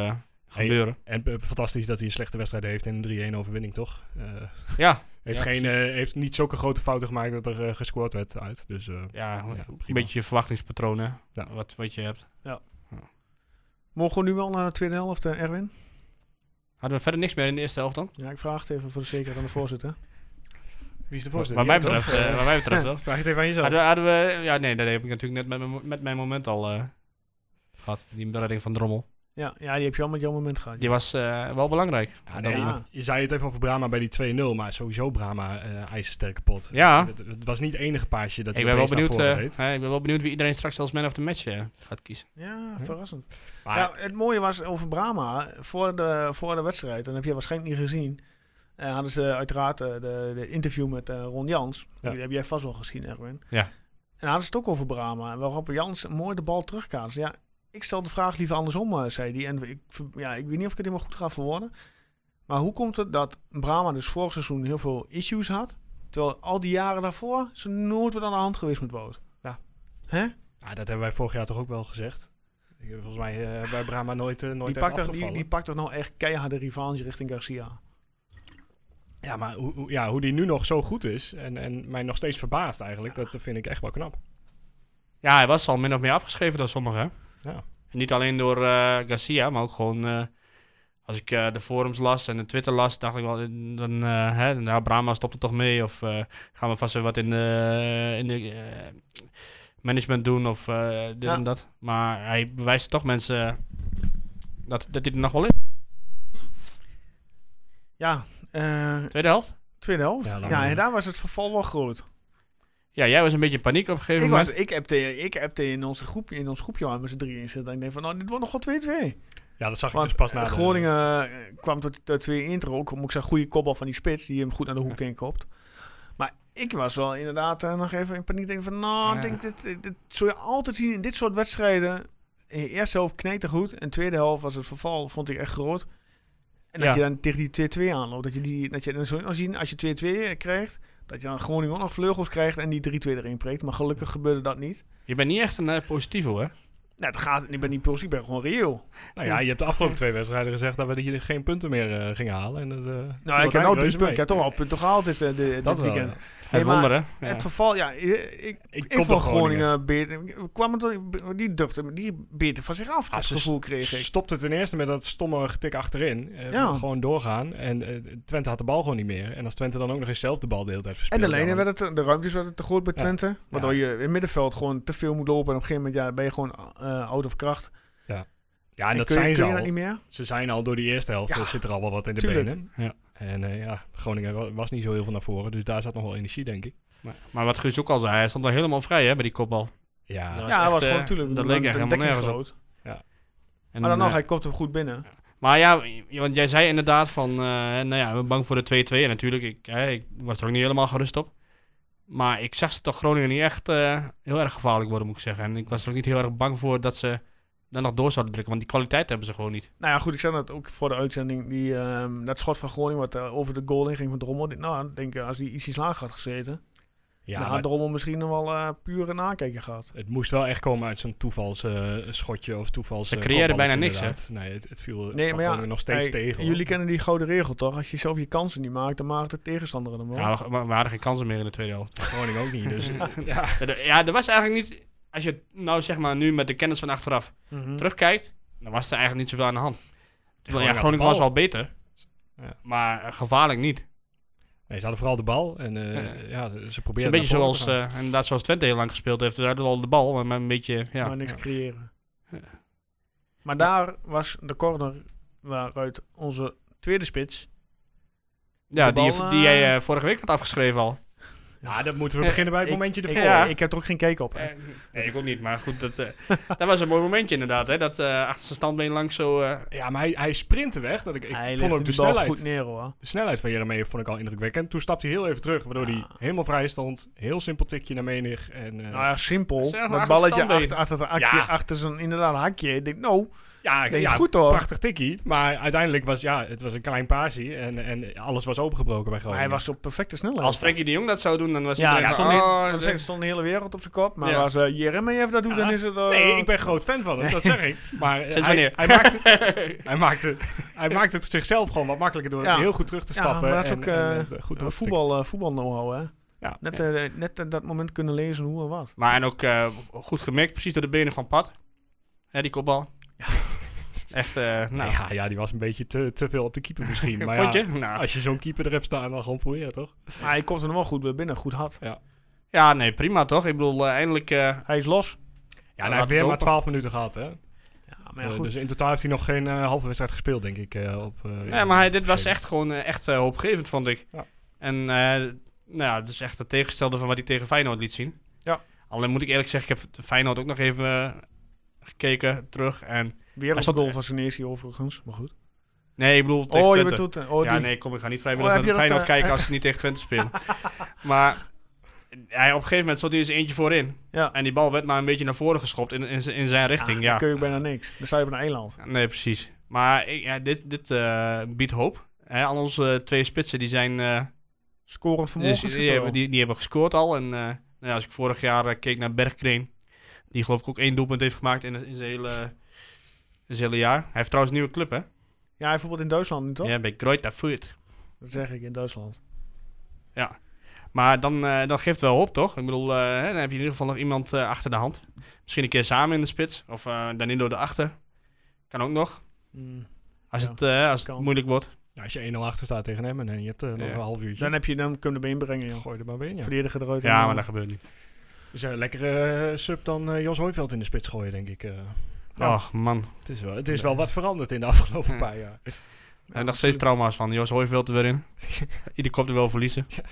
gebeuren. En uh, fantastisch dat hij een slechte wedstrijd heeft in een drie-een overwinning, toch? Uh, ja. Heeft, ja, geen, uh, heeft niet zulke grote fouten gemaakt dat er uh, gescoord werd uit. Dus, uh, ja, ja een beetje je verwachtingspatroon, hè? Ja. Wat, wat je hebt. Ja. ja. Mogen we nu wel naar de tweede helft, uh, Erwin? Hadden we verder niks meer in de eerste helft dan? Ja, ik vraag het even voor de zekerheid aan de voorzitter. Wie is de voorzitter? Wat mij betreft, uh, wat mij betreft wel. Vraag het even aan jezelf. Hadden, hadden we, ja, nee, dat heb ik natuurlijk net met, met mijn moment al uh, gehad. Die redding van Drommel. Ja, ja, die heb je al met jouw moment gehad. Ja. Die was uh, wel belangrijk. Ja, nee, ja. Je zei het even over Brahma bij die twee nul, maar sowieso Brahma uh, ijzersterk kapot. Ja. Het, het was niet het enige paasje dat hij ik ben wel benieuwd, uh, deed. uh, Ik ben wel benieuwd wie iedereen straks als man of the match uh, gaat kiezen. Ja, huh? verrassend. Maar, ja, het mooie was over Brahma, voor de, voor de wedstrijd, en dat heb je waarschijnlijk niet gezien, uh, hadden ze uiteraard uh, de, de interview met uh, Ron Jans. Ja. Die heb jij vast wel gezien, Erwin. Ja. En hadden ze het ook over Brahma, waarop Jans mooi de bal terugkaatst. Ja, ik stel de vraag liever andersom, uh, zei hij. En ik, ja, ik weet niet of ik het helemaal goed ga verwoorden. Maar hoe komt het dat Brahma dus vorig seizoen heel veel issues had, terwijl al die jaren daarvoor ze nooit wat aan de hand geweest met Wout? Ja. Hè? Ja, dat hebben wij vorig jaar toch ook wel gezegd. Ik, volgens mij uh, bij Brahma nooit, uh, nooit die echt pakt afgevallen. Die, die pakt toch nou echt keiharde revanche richting Garcia. Ja, maar hoe, hoe, ja, hoe die nu nog zo goed is en, en mij nog steeds verbaast eigenlijk, dat vind ik echt wel knap. Ja, hij was al min of meer afgeschreven door sommigen, hè? Ja. En niet alleen door uh, Garcia, maar ook gewoon... Uh, als ik uh, de forums las en de Twitter las, dacht ik wel... Dan, uh, hè, nou, Brahma stopt er toch mee. Of uh, gaan we vast weer wat in de, in de uh, management doen of uh, dit ja. en dat. Maar hij bewijst toch mensen uh, dat, dat hij er nog wel is. Ja. Uh, tweede helft? Tweede helft. Ja, ja en daar was het verval wel groot. Ja, jij was een beetje in paniek op een gegeven ik moment. Was, ik hebde, ik hebde in, onze groepje, in ons groepje aan met z'n drieën zitten. En ik denk van, nou, dit wordt nog wel twee-twee. Ja, dat zag Want, ik dus pas na de... Groningen uh, kwam tot de twee-een ook. Moet ik zeggen, goede kopbal van die spits, die hem goed naar de hoek heen kopt. Maar ik was wel inderdaad uh, nog even in paniek. Denk van, nou, ja. denk, dit, dit, dit zul je altijd zien in dit soort wedstrijden. In de eerste helft kneed het goed. En de tweede helft was het verval, vond ik echt groot. En dat ja. je dan tegen die twee-twee aanloopt. Dat je die, dat je, zo, als je, als je twee-twee krijgt... Dat je dan Groningen ook nog vleugels krijgt en die drie-twee erin preekt. Maar gelukkig gebeurde dat niet. Je bent niet echt een uh, positivo, hè? Nou, dat gaat, ik ben niet positief, ik ben gewoon reëel. Nou ja, je hebt de afgelopen twee wedstrijden gezegd dat we hier geen punten meer uh, gingen halen. En dat, uh, nou, ik heb nou drie punten. Ik heb toch al punten gehaald dit, uh, dit, dit weekend. Wel, ja. Hey, wonder, hè? Ja. Het verval, ja, ik, ik, ik ik van Groningen beter, kwam het, die durfde, die beter van zich af. Dat ah, gevoel kreeg ik. Stopte ten eerste met dat stomme getik achterin. Uh, ja. Gewoon doorgaan. En uh, Twente had de bal gewoon niet meer. En als Twente dan ook nog eens zelf de bal de hele tijd verspeelde. En de lijnen werd het, de ruimtes werden te groot bij Twente. Ja. Waardoor ja. je in het middenveld gewoon te veel moet lopen. En op een gegeven moment ja, ben je gewoon uh, out of kracht. Ja, ja en, en dat zijn je, ze al. Dat niet meer? Ze zijn al door die eerste helft. Ja. Er zit er al wel wat in de Tuurlijk. benen. Ja. En uh, ja, Groningen was niet zo heel veel naar voren. Dus daar zat nog wel energie, denk ik. Maar, maar wat Guus ook al zei, hij stond al helemaal vrij hè, bij die kopbal. Ja, dat was, ja, echt, was gewoon natuurlijk. Dat leek echt helemaal nergens op. Ja. En maar dan nog, uh, hij komt hem goed binnen. Ja. Maar ja, want jij zei inderdaad van, uh, nou ja, we zijn bang voor de twee-twee. En natuurlijk, ik, hè, ik was er ook niet helemaal gerust op. Maar ik zag ze toch Groningen niet echt uh, heel erg gevaarlijk worden, moet ik zeggen. En ik was er ook niet heel erg bang voor dat ze dan nog door zouden drukken. Want die kwaliteit hebben ze gewoon niet. Nou ja, goed, ik zei dat ook voor de uitzending. Die, uh, dat schot van Groningen wat uh, over de goal in ging van Drommel. Nou, ik denk, uh, als die ietsjes laag had gezeten... Ja, dan had Drommel misschien nog wel uh, pure nakijken gehad. Het moest wel echt komen uit zo'n toevals uh, schotje of toevals... Ze creëerden bijna niks, hè? Nee, het, het viel nee, maar ja, nog steeds hey, tegen. Jullie kennen die gouden regel, toch? Als je zelf je kansen niet maakt, dan maakt de tegenstander hem wel. Ja, we, we hadden geen kansen meer in de tweede helft. Groningen ook niet, dus... ja. ja, er was eigenlijk niet... Als je nou zeg maar nu met de kennis van achteraf mm-hmm. terugkijkt, dan was er eigenlijk niet zoveel aan de hand. Terwijl, ja, Groningen was wel beter, ja. maar uh, gevaarlijk niet. Nee, ze hadden vooral de bal en uh, ja. ja, ze probeerden... Een beetje zoals, uh, inderdaad zoals Twente heel lang gespeeld heeft. Ze hadden al de bal, maar een beetje... Ja. Maar niks ja. creëren. Ja. Maar daar was de corner waaruit onze tweede spits... Ja, bal, die, die jij uh, vorige week had afgeschreven al. Ja, dan moeten we beginnen bij het ik, momentje ervoor. Ik, ja. ik heb er ook geen kijk op. Hè. Uh, nee, ik ook niet. Maar goed, dat, uh, dat was een mooi momentje inderdaad. Hè, dat uh, achter zijn standbeen lang zo... Uh, ja, maar hij, hij sprintte weg. Dat ik, ik hij vond ook de, de snelheid goed neer, hoor. De snelheid van Jeremie vond ik al indrukwekkend. Toen stapte hij heel even terug, waardoor ja. hij helemaal vrij stond. Heel simpel tikje naar menig. En, uh, nou ja, simpel. Dat balletje achter, achter, achter, ja. achter zo'n inderdaad hakje. Ik denk, nou... Ja, Nee, ja goed, hoor. prachtig tikkie. Maar uiteindelijk was ja, het was een klein paasje. En, en alles was opengebroken bij Maar Groningen. hij was op perfecte snelheid. Als Frenkie de Jong dat zou doen, dan was ja, iedereen er van, stond, oh, oh, dat- er stond de hele wereld op zijn kop. Maar Ja. als uh, Jeremejeff dat doet, Ja. dan is het... uh, Nee, ik ben groot fan van hem, dat zeg ik. Maar uh, Sinds hij, wanneer? hij, maakt het, hij, maakt het, hij maakt het zichzelf gewoon wat makkelijker door Ja. heel goed terug te Ja, stappen. maar dat is en, ook, en, uh, en, uh, goed uh, door te voetbal, uh, voetbal know-how, hè. Ja. Net, Ja. uh, net uh, dat moment kunnen lezen hoe en wat. Maar en ook uh, goed gemerkt, precies door de benen van Pat. Hè, die kopbal. Ja. Echt, uh, nou. Nou ja, ja, die was een beetje te, te veel op de keeper misschien. Maar Vond ja, je? Nou. als je zo'n keeper er hebt staan, dan gewoon proberen, toch? Maar hij komt er nog wel goed bij binnen, goed hard. Ja, nee, prima toch? Ik bedoel, uh, eindelijk... Uh, Hij is los. Ja, en laat hij heeft het weer maar open. twaalf minuten gehad, hè? Ja, maar ja, Uh, goed. dus in totaal heeft hij nog geen uh, halve wedstrijd gespeeld, denk ik. Uh, op, uh, ja, maar hij, dit was echt gewoon uh, echt uh, hoopgevend, vond ik. Ja. En uh, nou ja, het is echt het tegenstelde van wat hij tegen Feyenoord liet zien. Ja. Alleen moet ik eerlijk zeggen, ik heb Feyenoord ook nog even uh, gekeken, terug. En Weer Hij een zat- goal van Senesi overigens, maar goed. nee, ik bedoel tegen Oh, je Twente. bedoelt... Oh, ja, die. nee, kom, ik ga niet vrijwillig Oh, naar heb de je dat, Feyenoord uh, kijken als ze niet tegen Twente spelen. Maar hij, op een gegeven moment stond hij eens eentje voorin. Ja. En die bal werd maar een beetje naar voren geschopt in, in, z- in zijn richting. Ja, Ja, dan kun je ook bijna niks. Dan sta je op een eiland. nee, precies. Maar ik, ja, dit, dit uh, biedt hoop. Hè, al onze uh, twee spitsen die zijn... Uh, Scorend vermogen dus, zit die, er hebben, wel. die, die hebben gescoord al. En uh, nou ja, als ik vorig jaar uh, keek naar Bergkreen... die geloof ik ook één doelpunt heeft gemaakt in, in zijn hele, in zijn hele jaar. Hij heeft trouwens een nieuwe club, hè? Ja, hij bijvoorbeeld in Duitsland nu, toch? Ja, bij Greuther Fürth. Dat zeg ik, in Duitsland. Ja. Maar dan, uh, dan geeft het wel hoop, toch? Ik bedoel, uh, hè, dan heb je in ieder geval nog iemand uh, achter de hand. Misschien een keer samen in de spits. Of uh, Danilo erachter. Kan ook nog. Mm. Als Ja, het, uh, als kan. het moeilijk wordt. Ja, als je één nul achter staat tegen hem en je hebt uh, nog Ja. een half uurtje. Dan, heb je, dan kun je erbij inbrengen, joh. Gooi er maar weer in, ja. Verdediger eruit. Ja, en, maar dat gebeurt niet. Dus een lekkere uh, sub dan uh, Jos Hooiveld in de spits gooien, denk ik. Uh, Ja. Och, man. het is, wel, het is wel wat veranderd in de afgelopen Ja. paar jaar. En nog steeds trauma's van Jos Hooiveld er weer in. Ieder kop er wel verliezen. Ja.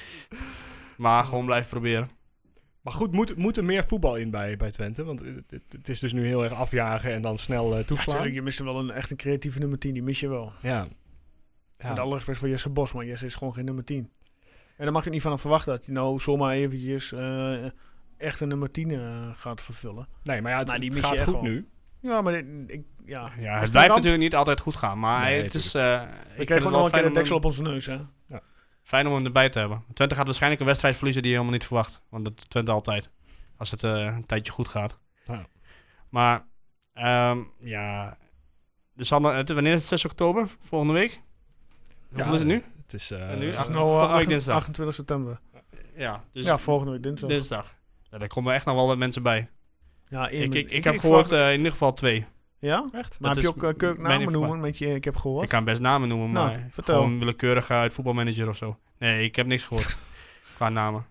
Maar gewoon blijven proberen. Maar goed, moet, moet er meer voetbal in bij, bij Twente? Want het, het, het is dus nu heel erg afjagen en dan snel uh, Ja, toeslaan. natuurlijk, je mist wel een, echt een creatieve nummer tien. Die mis je wel. Ja. Ja. Met alle respect voor Jesse Bos, maar Jesse is gewoon geen nummer tien. En daar mag je niet van hem verwachten dat hij nou zomaar eventjes uh, echt een nummer tien uh, gaat vervullen. Nee, maar ja, het, Maar die het mis je gaat echt goed wel. nu. Ja, maar dit- ik, ja. Ja, Is het het blijft een ramp? natuurlijk niet altijd goed gaan. Maar Nee, het is... Uh, We ik vind kregen het gewoon wel nog een keer fijn de om, deksel hem, op onze neus, hè. fijn om hem erbij te hebben. Twente gaat waarschijnlijk een wedstrijd verliezen die je helemaal niet verwacht. Want dat is Twente altijd. Als het uh, een tijdje goed gaat. Ja. Maar, um, ja... Dus dan, uh, wanneer is het? zes oktober? Volgende week? Hoeveel is het nu? Het is, uh, En nu? Het Ach, is nou volgende uh, week dinsdag. achtentwintig september. Ja, dus Ja, volgende week dinsdag. dinsdag. Ja, daar komen echt nog wel wat mensen bij. Ja, één Ik, minuut. ik, ik heb gehoord uh, in ieder geval twee. Ja? echt? Maar Dat heb je is ook uh, kun je ook mijn namen info- noemen met je ik heb gehoord? Ik kan best namen noemen, Nou, maar vertel. gewoon willekeurig uit voetbalmanager of zo. Nee, ik heb niks gehoord qua namen.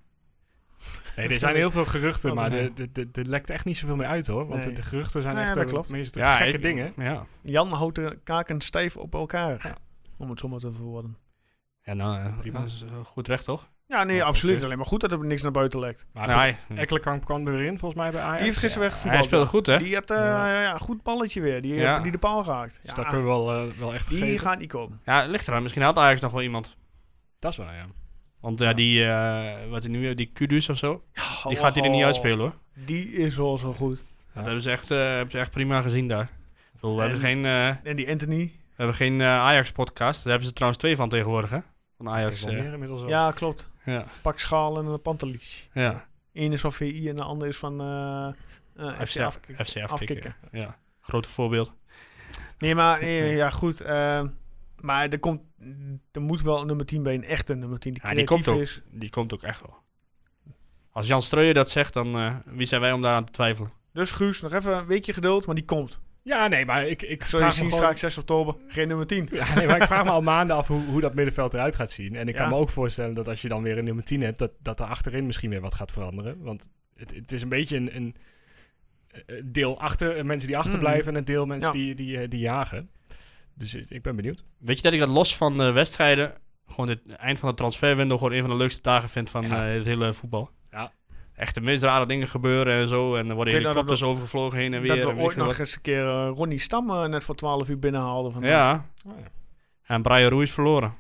Nee, er zijn heel veel geruchten, Oh, maar nee. er- er- er er lekt echt niet zoveel meer uit, hoor. Want Nee. de, de geruchten zijn Nee, echt dat de klopt. meest Ja, gekke ik- dingen. Ja, Jan houdt de kaken stijf op elkaar. Ja. Om het zo maar te verwoorden. ja nou, uh, Prima. dat is, uh, goed recht, toch? Ja, nee, Ja, absoluut. oké. Alleen maar goed dat er niks naar buiten lekt. Maar Nou, goed, hij, Ekkelenkamp kwam er weer in, volgens mij, bij Ajax. Die heeft gisteren weg hij gevoetbald. speelde goed, hè? Die heeft uh, Ja. ja, een goed balletje weer. Die, Ja. die de paal raakt. Dus Ja, dat kunnen we wel, uh, wel echt die vergeten. gaat niet komen. Ja, het ligt eraan. Misschien had Ajax nog wel iemand. Dat is waar, ja. Want ja, Ja. die, uh, wat hij nu heeft, die Kudus of zo, die Oh, gaat hij er niet uitspelen, hoor. Die is wel zo goed. Dat hebben ze echt, uh, hebben ze echt prima gezien daar. Ik bedoel, we, En- hebben geen, uh, En die Anthony. we hebben geen uh, Ajax-podcast. Daar hebben ze trouwens twee van tegenwoordig, hè? Van Ajax. wel uh, meer inmiddels al. Ja, klopt. ja, Pak schaal en een pantelietje. ja. Eén is van V I en de ander is van uh, uh, F C F C Afkikken. F C afkicken. Afkikken. Ja, grote voorbeeld. Nee, maar nee, ja, goed. Uh, maar er, komt, er moet wel een nummer tien bij een echte nummer tien. Die Ja, die creatief komt ook. is. Die komt ook echt wel. Als Jan Streuer dat zegt, dan uh, wie zijn wij om daar aan te twijfelen? Dus Guus, nog even een weekje geduld, maar die komt. Ja, nee, maar ik, ik Zul je vraag me zien gewoon... straks zes oktober. Geen nummer tien. Ja, nee, maar ik vraag me al maanden af hoe, hoe dat middenveld eruit gaat zien. En ik Ja. kan me ook voorstellen dat als je dan weer een nummer tien hebt, dat, dat er achterin misschien weer wat gaat veranderen. Want het, het is een beetje een, een eh, deel achter, eh, mensen die achterblijven en een deel mensen Ja. die, die, eh, die jagen. Dus ik ben benieuwd. Weet je dat ik dat los van de wedstrijden, gewoon het eind van de transferwindow, gewoon een van de leukste dagen vind van Ja. uh, het hele voetbal. Ja. Echt de meest rare dingen gebeuren en zo. En er worden Ik weet dat helikopters overgevlogen heen en weer. Dat en we weet ik ooit veel nog wat. eens een keer uh, Ronnie Stam uh, net voor twaalf uur binnenhaalden. Van Ja, Oh, ja. en Brian Ruiz verloren.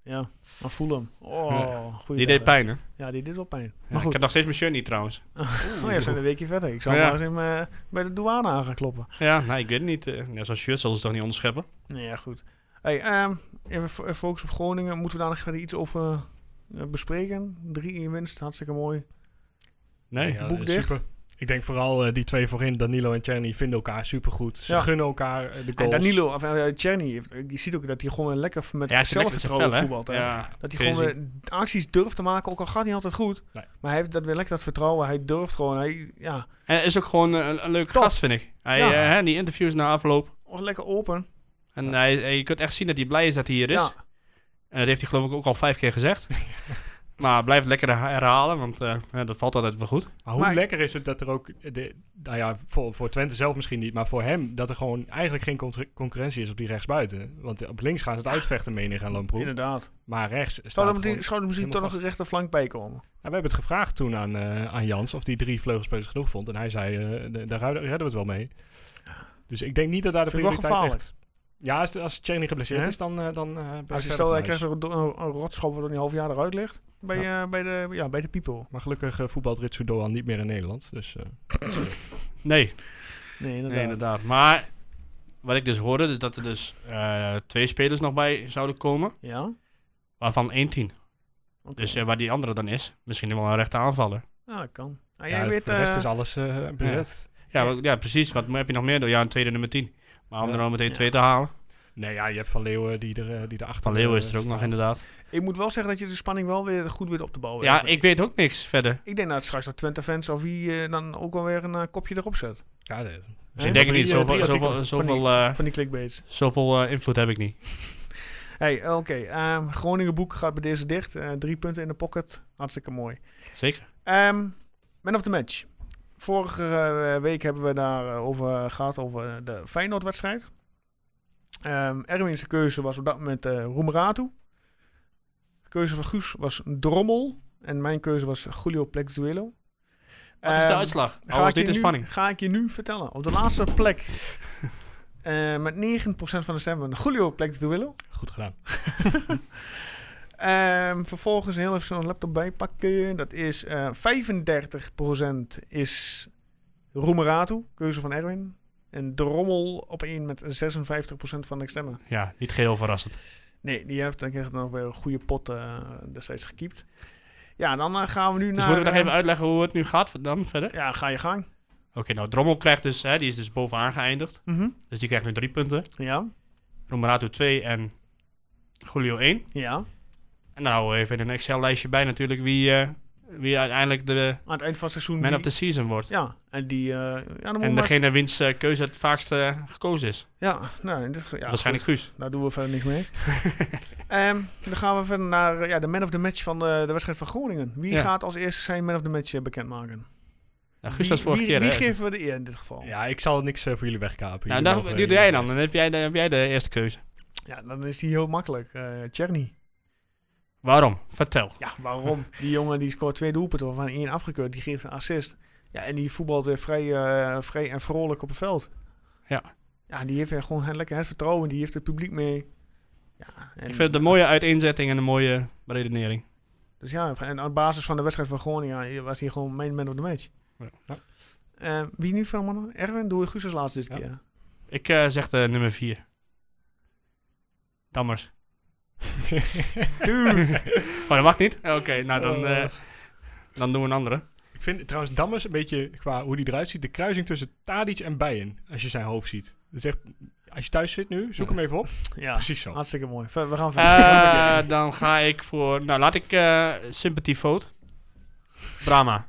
Ja, maar voel hem. Oh, Ja. goeie Die dag, deed pijn, hè? Ja, die deed wel pijn. Ja, Maar ik goed, heb nog steeds mijn shirt niet, trouwens. oh, ja, we zijn een weekje verder. Ik zou Ja. maar eens in, uh, bij de douane aan gaan kloppen. Ja, nee, ik weet het niet. Uh, ja, zo'n shirt zullen ze toch niet onderscheppen? Nee, ja, goed. Hey, um, even fo- focus op Groningen. Moeten we daar nog verder iets over uh, bespreken? drie één winst, hartstikke mooi. Nee. Ja, boek eh, dicht. super. Ik denk vooral uh, die twee voorin, Danilo en Tjerni, vinden elkaar supergoed. Ze Ja. gunnen elkaar uh, de En goals. Danilo, of uh, Tjerni, je ziet ook dat hij gewoon lekker met Ja, hij is lekker zelfvertrouwen fel, hè? voetbalt. hè. Ja, Dat hij crazy. gewoon uh, acties durft te maken, ook al gaat hij altijd goed. Nee. Maar hij heeft dat weer lekker dat vertrouwen. Hij durft gewoon. Hij, ja, En hij is ook gewoon uh, een, een leuke Top. gast, vind ik. Hij, Ja. uh, hè, die interviews na afloop. oh, lekker open. En hij, hij- je kunt echt zien dat hij blij is dat hij hier is. Ja. En dat heeft hij geloof ik ook al vijf keer gezegd. Maar blijf het lekker herhalen, want uh, ja, dat valt altijd wel goed. Maar hoe Maar- lekker is het dat er ook, de, nou ja, voor, voor Twente zelf misschien niet, maar voor hem, dat er gewoon eigenlijk geen con- concurrentie is op die rechtsbuiten. Want op links gaan ze het uitvechten, Menig en Lamproe. Inderdaad. Maar rechts staat Zou er, gewoon... misschien- zou er misschien toch helemaal nog een vast. rechterflank bij komen? Ja, we hebben het gevraagd toen aan, uh, aan Jans of die drie vleugelspelers genoeg vond. En hij zei, uh, de- daar redden we het wel mee. Dus ik denk niet dat daar de Vind ik wel prioriteit gevaarlijk. ligt. Ja, als, als Tjerni geblesseerd Ja? is, dan, uh, dan uh, ben ik Als je verder stel, van hij huis. krijgt een, een, een rotschop wat een half jaar eruit ligt. Bij, Ja. uh, bij, de, ja, bij de people. Maar gelukkig uh, voetbalt Ritsu Doan niet meer in Nederland. Dus uh, Nee, Nee, inderdaad. nee, inderdaad. Maar wat ik dus hoorde, is dat er dus uh, twee spelers nog bij zouden komen. Ja? Waarvan één tien. Okay. Dus uh, waar die andere dan is, misschien wel een rechte aanvaller. Ja, dat kan. Ah, ja, jij weet, voor de rest uh, is alles uh, bezet. Ja, wel- ja, precies. Wat heb je nog meer? Ja, een tweede nummer tien. Maar om Ja. er nou meteen Ja. twee te halen. Nee, ja, je hebt Van Leeuwen die er, uh, die erachter Van Leeuwen is er uh, ook nog staat. inderdaad. ik moet wel zeggen dat je de spanning wel weer goed weet op te bouwen. Ja, hebt. ik weet ook niks verder. Ik denk dat straks dat Twente-fans of wie uh, dan ook wel weer een uh, kopje erop zet. Ja, de, Hè? Ik denk het niet. Drie, uh, Zoveel, drie zoveel, artikelen zoveel, uh, Van die clickbaits. zoveel uh, invloed heb ik niet. Hey, oké. Okay. Um, Groningen boek gaat bij deze dicht. Uh, drie punten in de pocket. Hartstikke mooi. Zeker. Um, man of the match. Vorige uh, week hebben we daar uh, over gehad, over de Feyenoord-wedstrijd. Um, Erwin's keuze was op dat moment uh, Roemeratu. De keuze van Guus was Drommel. En mijn keuze was Julio Plexuelo. Wat is de Um, uitslag? Ga Alles ik, je niet in nu, spanning. ga ik je nu vertellen. Op de laatste plek. uh, met negen procent van de stemmen. Julio Plexuelo. goed gedaan. Um, vervolgens heel even zo'n laptop bijpakken. Dat is uh, vijfendertig procent is Roemeratu, keuze van Erwin. En Drommel op één met zesenvijftig procent van de stemmen. Ja, niet geheel verrassend. Nee, die heeft dan nog weer een goede pot uh, destijds gekiept. Ja, dan uh, gaan we nu Dus naar... moeten we nog uh, even uitleggen hoe het nu gaat dan verder? Ja, ga je gang. Oké, okay, nou Drommel krijgt dus, hè, die is dus bovenaan geëindigd. Mm-hmm. Dus die krijgt nu drie punten. Ja, Roemeratu twee en Julio één. ja. En dan houden we even in een Excel-lijstje bij natuurlijk wie, uh, wie uiteindelijk de Aan het eind van het seizoen... man die, of the season wordt. Ja, en die... Uh, ja, dan En maar degene wiens uh, keuze het vaakst uh, gekozen is. Ja, nou, in dit, ja, Waarschijnlijk goed. Guus. Daar doen we verder niks mee. um, dan gaan we verder naar uh, ja, de man of the match van de, de wedstrijd van Groningen. Wie Ja. gaat als eerste zijn man of the match uh, bekendmaken? Nou, Guus Wie, was vorige wie, keer. wie hè? geven we de eer in dit geval? Ja, Ja, ik zal niks uh, voor jullie wegkapen. Nou, Jullie dan, mogen, die doe uh, jij jullie dan. Dan best. heb jij de, heb jij de eerste keuze. dan is die heel makkelijk. Uh, Tjerni. Waarom? Vertel. Ja, waarom? Die jongen die scoort twee doelpunten, waarvan één afgekeurd. Die geeft een assist. Ja, en die voetbalt weer vrij, uh, vrij en vrolijk op het veld. Ja. Ja, die heeft weer gewoon lekker het vertrouwen. Die heeft het publiek mee. Ja, en, Ik vind het een mooie uiteenzetting en een mooie redenering. Dus ja, en op basis van de wedstrijd van Groningen was hij gewoon mijn man of the match. Ja. Uh, wie nu van mannen? Erwin, doe je Guus als laatste dit Ja. keer. Ik uh, zeg de nummer vier. Dammers. Dude. Oh, dat mag niet? Oké, okay, nou dan, uh, Uh. dan doen we een andere. Ik vind trouwens Dammers een beetje, qua hoe die eruit ziet, de kruising tussen Tadic en Bijen, als je zijn hoofd ziet. Dat is echt, als je thuis zit nu, zoek hem even op. Ja, Precies zo. hartstikke mooi. Ver- We gaan verder. Uh, dan ga ik voor... Nou, laat ik uh, sympathy vote. Brahma.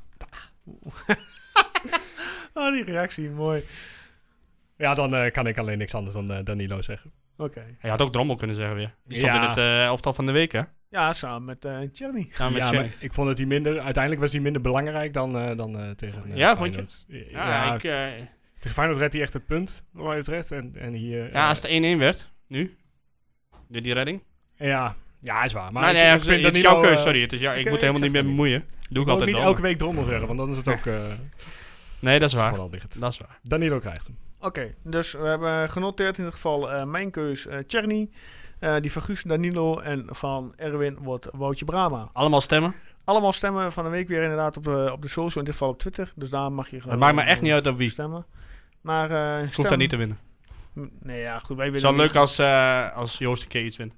Oh, die reactie, mooi. Ja, dan uh, kan ik alleen niks anders dan uh, Danilo zeggen. Oké. Okay. Hij had ook Drommel kunnen zeggen weer. Die stond Ja. in het uh, elftal van de week, hè? Ja, samen met uh, Tjerni. Samen met Ja, Tjerni. maar ik vond het hij minder, uiteindelijk was hij minder belangrijk dan, uh, dan uh, tegen uh, Ja, vond je? Feyenoord. Ja, Ja, ik, uh, tegen Feyenoord redt hij echt het punt, wat mij betreft. En, en hier, ja, uh, als het één-één werd, nu, die, die redding. ja, ja, is waar. Maar Maar ik, nee, ik het, vind het is Danilo, jouw keuze, uh, sorry. Het is jou, ik, ik, ik moet uh, helemaal ik niet zeg meer het bemoeien. Doe ik ik altijd niet wel. elke week Drommel zeggen, want dan is het ook uh, Nee, dat is waar. gewoon al ligt. Dat is waar. Danilo krijgt hem. Oké, Oké, okay, dus we hebben genoteerd in dit geval uh, mijn keus uh, Tjerni. Uh, die van Guus Danilo en van Erwin wordt Woutje Brama. Allemaal stemmen? Allemaal stemmen van de week weer inderdaad op de, op de social, in dit geval op Twitter. Dus daar mag je gewoon... Het maakt me echt niet uit op wie. Stemmen. Maar uh, ik hoef daar niet te winnen. Nee, ja, goed. Wij het is wel leuk als, uh, als Joost een keer iets wint.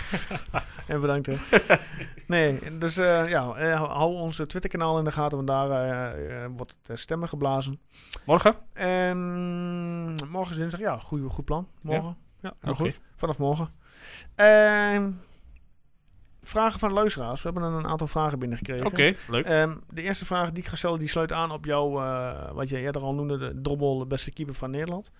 En bedankt, hè. Nee, dus uh, ja, uh, hou ons Twitterkanaal in de gaten, want daar uh, uh, wordt het uh, stemmen geblazen. Morgen? En morgen is dinsdag, ja, goed, goed plan. Morgen. Ja, ja okay. Goed. Vanaf morgen. En vragen van de luisteraars. We hebben een aantal vragen binnengekregen. Oké, okay, leuk. Um, de eerste vraag die ik ga stellen, die sluit aan op jou, uh, wat je eerder al noemde, de Drommel, de beste keeper van Nederland.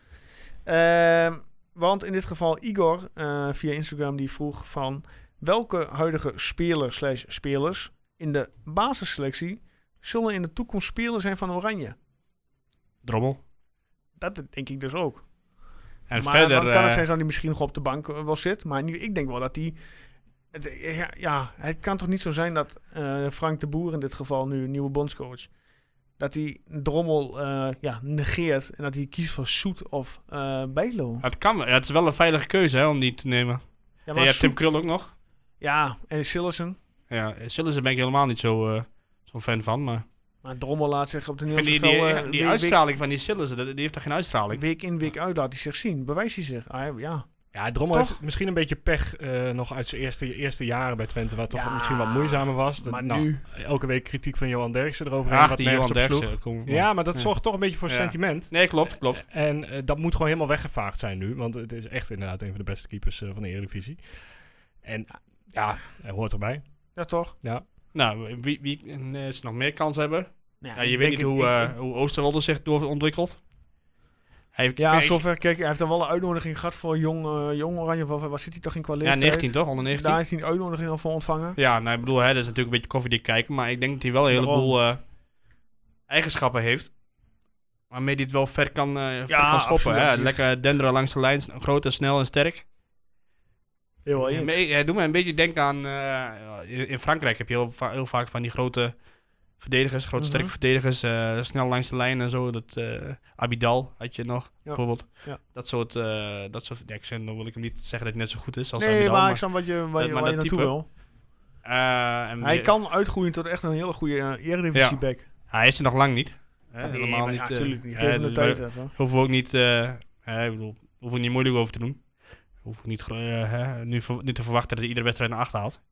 Uh, want in dit geval Igor uh, via Instagram die vroeg van welke huidige speler slash spelers in de basisselectie zullen in de toekomst speler zijn van Oranje? Drommel. Dat denk ik dus ook. En maar verder, dan kan het uh, zijn dat hij misschien nog op de bank uh, wel zit. Maar nu, ik denk wel dat hij... Het, ja, ja, het kan toch niet zo zijn dat uh, Frank de Boer in dit geval nu een nieuwe bondscoach... dat hij Drommel uh, ja, negeert en dat hij kiest voor Soet of uh, Bijlo. Het kan, ja, het is wel een veilige keuze hè, om die te nemen. Ja, maar je hebt Tim Krul ook nog. Ja, en Sillissen. Ja, Sillissen ben ik helemaal niet zo uh, zo'n fan van, maar... Maar Drommel laat zich op de Nederlandse die, die, vel... Die, die uitstraling van die Sillissen, die heeft toch geen uitstraling? Week in, week uit laat hij zich zien. Bewijst hij zich. Ah, ja. Ja, Drommel toch? Heeft misschien een beetje pech uh, nog uit zijn eerste, eerste jaren bij Twente, wat toch ja, misschien wat moeizamer was. Maar nou, nu... Elke week kritiek van Johan Derksen eroverheen. Ach, wat die Johan Derksen. Kom, ja, maar dat ja. zorgt toch een beetje voor ja. sentiment. Nee, klopt, klopt. En uh, dat moet gewoon helemaal weggevaagd zijn nu, want het is echt inderdaad een van de beste keepers uh, van de Eredivisie. En ja, hij hoort erbij. Ja, toch? Ja. Nou, wie, wie uh, is nog meer kans hebben? Ja, ja, je weet niet hoe, uh, hoe Oosterwolde zich doorontwikkelt. Hij, ja, kijk, zover. Kijk, hij heeft dan wel een uitnodiging gehad voor Jong, uh, jong Oranje. Waar, waar zit hij toch in qua leeftijd? Ja, negentien toch? onder negentien. Daar heeft hij een uitnodiging al voor ontvangen. Ja, nou, ik bedoel, hè, dat is natuurlijk een beetje koffiedik kijken. Maar ik denk dat hij wel een heleboel uh, eigenschappen heeft. Waarmee hij het wel ver kan, uh, ver ja, kan schoppen. Hè. Lekker denderen langs de lijn. Groot en snel en sterk. Heel eens. Hij doet me een beetje denken aan... Uh, in Frankrijk heb je heel, va- heel vaak van die grote... verdedigers, grote sterke mm-hmm. verdedigers, uh, snel langs de lijn en zo. Dat uh, Abidal had je nog, ja. bijvoorbeeld. Ja. Dat soort, uh, dat soort, ja, ik zeg, dan wil ik hem niet zeggen dat hij net zo goed is als nee, Abidal. Nee, maar ik snap wat je, waar je, waar je naartoe wil. Uh, en hij weer, kan uitgroeien tot echt een hele goede uh, Eredivisie-back. Ja. Hij is er nog lang niet. Ja, nee, helemaal niet. Ja, natuurlijk niet. Geef hem de tijd even. Hoeven we ook niet, uh, uh, ik bedoel, hoeven we niet moeilijk over te doen. Hoeven we niet uh, uh, nu, nu te verwachten dat hij iedere wedstrijd naar acht haalt.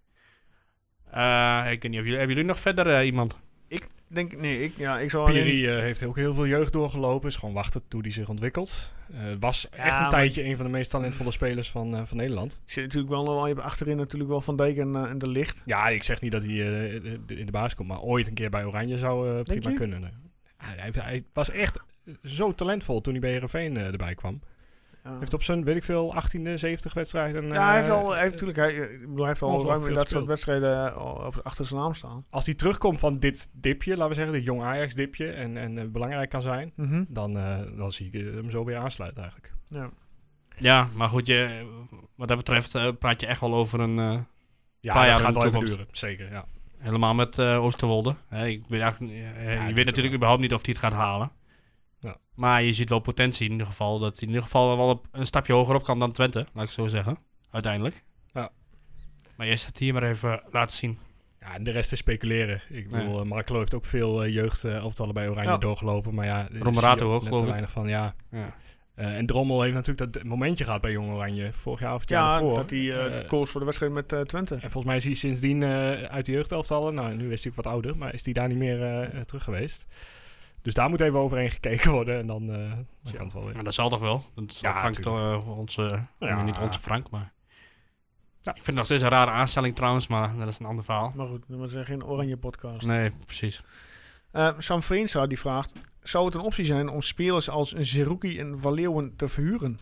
Uh, ik weet niet of jullie, hebben jullie nog verder uh, iemand? Ik denk, nee, ik, ja, ik zou Piri uh, heeft ook heel veel jeugd doorgelopen. Is gewoon wachten tot hij zich ontwikkelt. Uh, was ja, echt een tijdje een van de meest talentvolle spelers van, uh, van Nederland. Je zit natuurlijk wel, je hebt achterin natuurlijk wel Van Dijk en, uh, en De Ligt. Ja, ik zeg niet dat hij uh, in de basis komt, maar ooit een keer bij Oranje zou uh, prima je? kunnen. Uh, hij, hij was echt zo talentvol toen hij bij Heerenveen uh, erbij kwam. Ja. Heeft op zijn, weet ik veel, achttien, zeventig wedstrijden... Ja, hij heeft al, hij heeft, natuurlijk, hij, ik bedoel, hij heeft al ruim in dat soort wedstrijden op, achter zijn naam staan. Als hij terugkomt van dit dipje, laten we zeggen, dit jong Ajax dipje, en, en uh, belangrijk kan zijn, mm-hmm. dan, uh, dan zie ik hem zo weer aansluiten eigenlijk. Ja, ja maar goed, je, wat dat betreft uh, praat je echt wel over een uh, ja, paar jaar in de toekomst. Duren. Zeker, ja. Helemaal met uh, Oosterwolde. Hè, ik weet eigenlijk, uh, ja, je weet natuurlijk wel. überhaupt niet of hij het gaat halen. Ja. Maar je ziet wel potentie in ieder geval. Dat hij in ieder geval wel op een stapje hoger op kan dan Twente. Laat ik zo zeggen. Uiteindelijk. Ja. Maar eerst het hier maar even laten zien. Ja, en de rest is speculeren. Ik bedoel, ja. Mark Lo heeft ook veel uh, jeugd uh, elftallen bij Oranje ja. doorgelopen. Maar ja, Romerato ook, geloof ik. weinig van, ja. ja. Uh, en Drommel heeft natuurlijk dat momentje gehad bij Jong Oranje. Vorig jaar of het jaar ja, ervoor. dat hij uh, uh, koos voor de wedstrijd met uh, Twente. En volgens mij is hij sindsdien uh, uit de jeugdelftallen. Nou, nu is hij ook wat ouder. Maar is hij daar niet meer uh, terug geweest. Dus daar moet even overheen gekeken worden. En dan, uh, dan ja. kan het wel weer. Ja, dat zal toch wel. Dat zal ja, Frank toch, uh, onze, ja. niet onze Frank, maar... Ja. Ik vind het nog steeds een rare aanstelling trouwens, maar dat is een ander verhaal. Maar goed, we zijn geen Oranje podcast. Nee, precies. Uh, Sam Vreensa die vraagt... Zou het een optie zijn om spelers als Zerouki en Van Leeuwen te verhuren?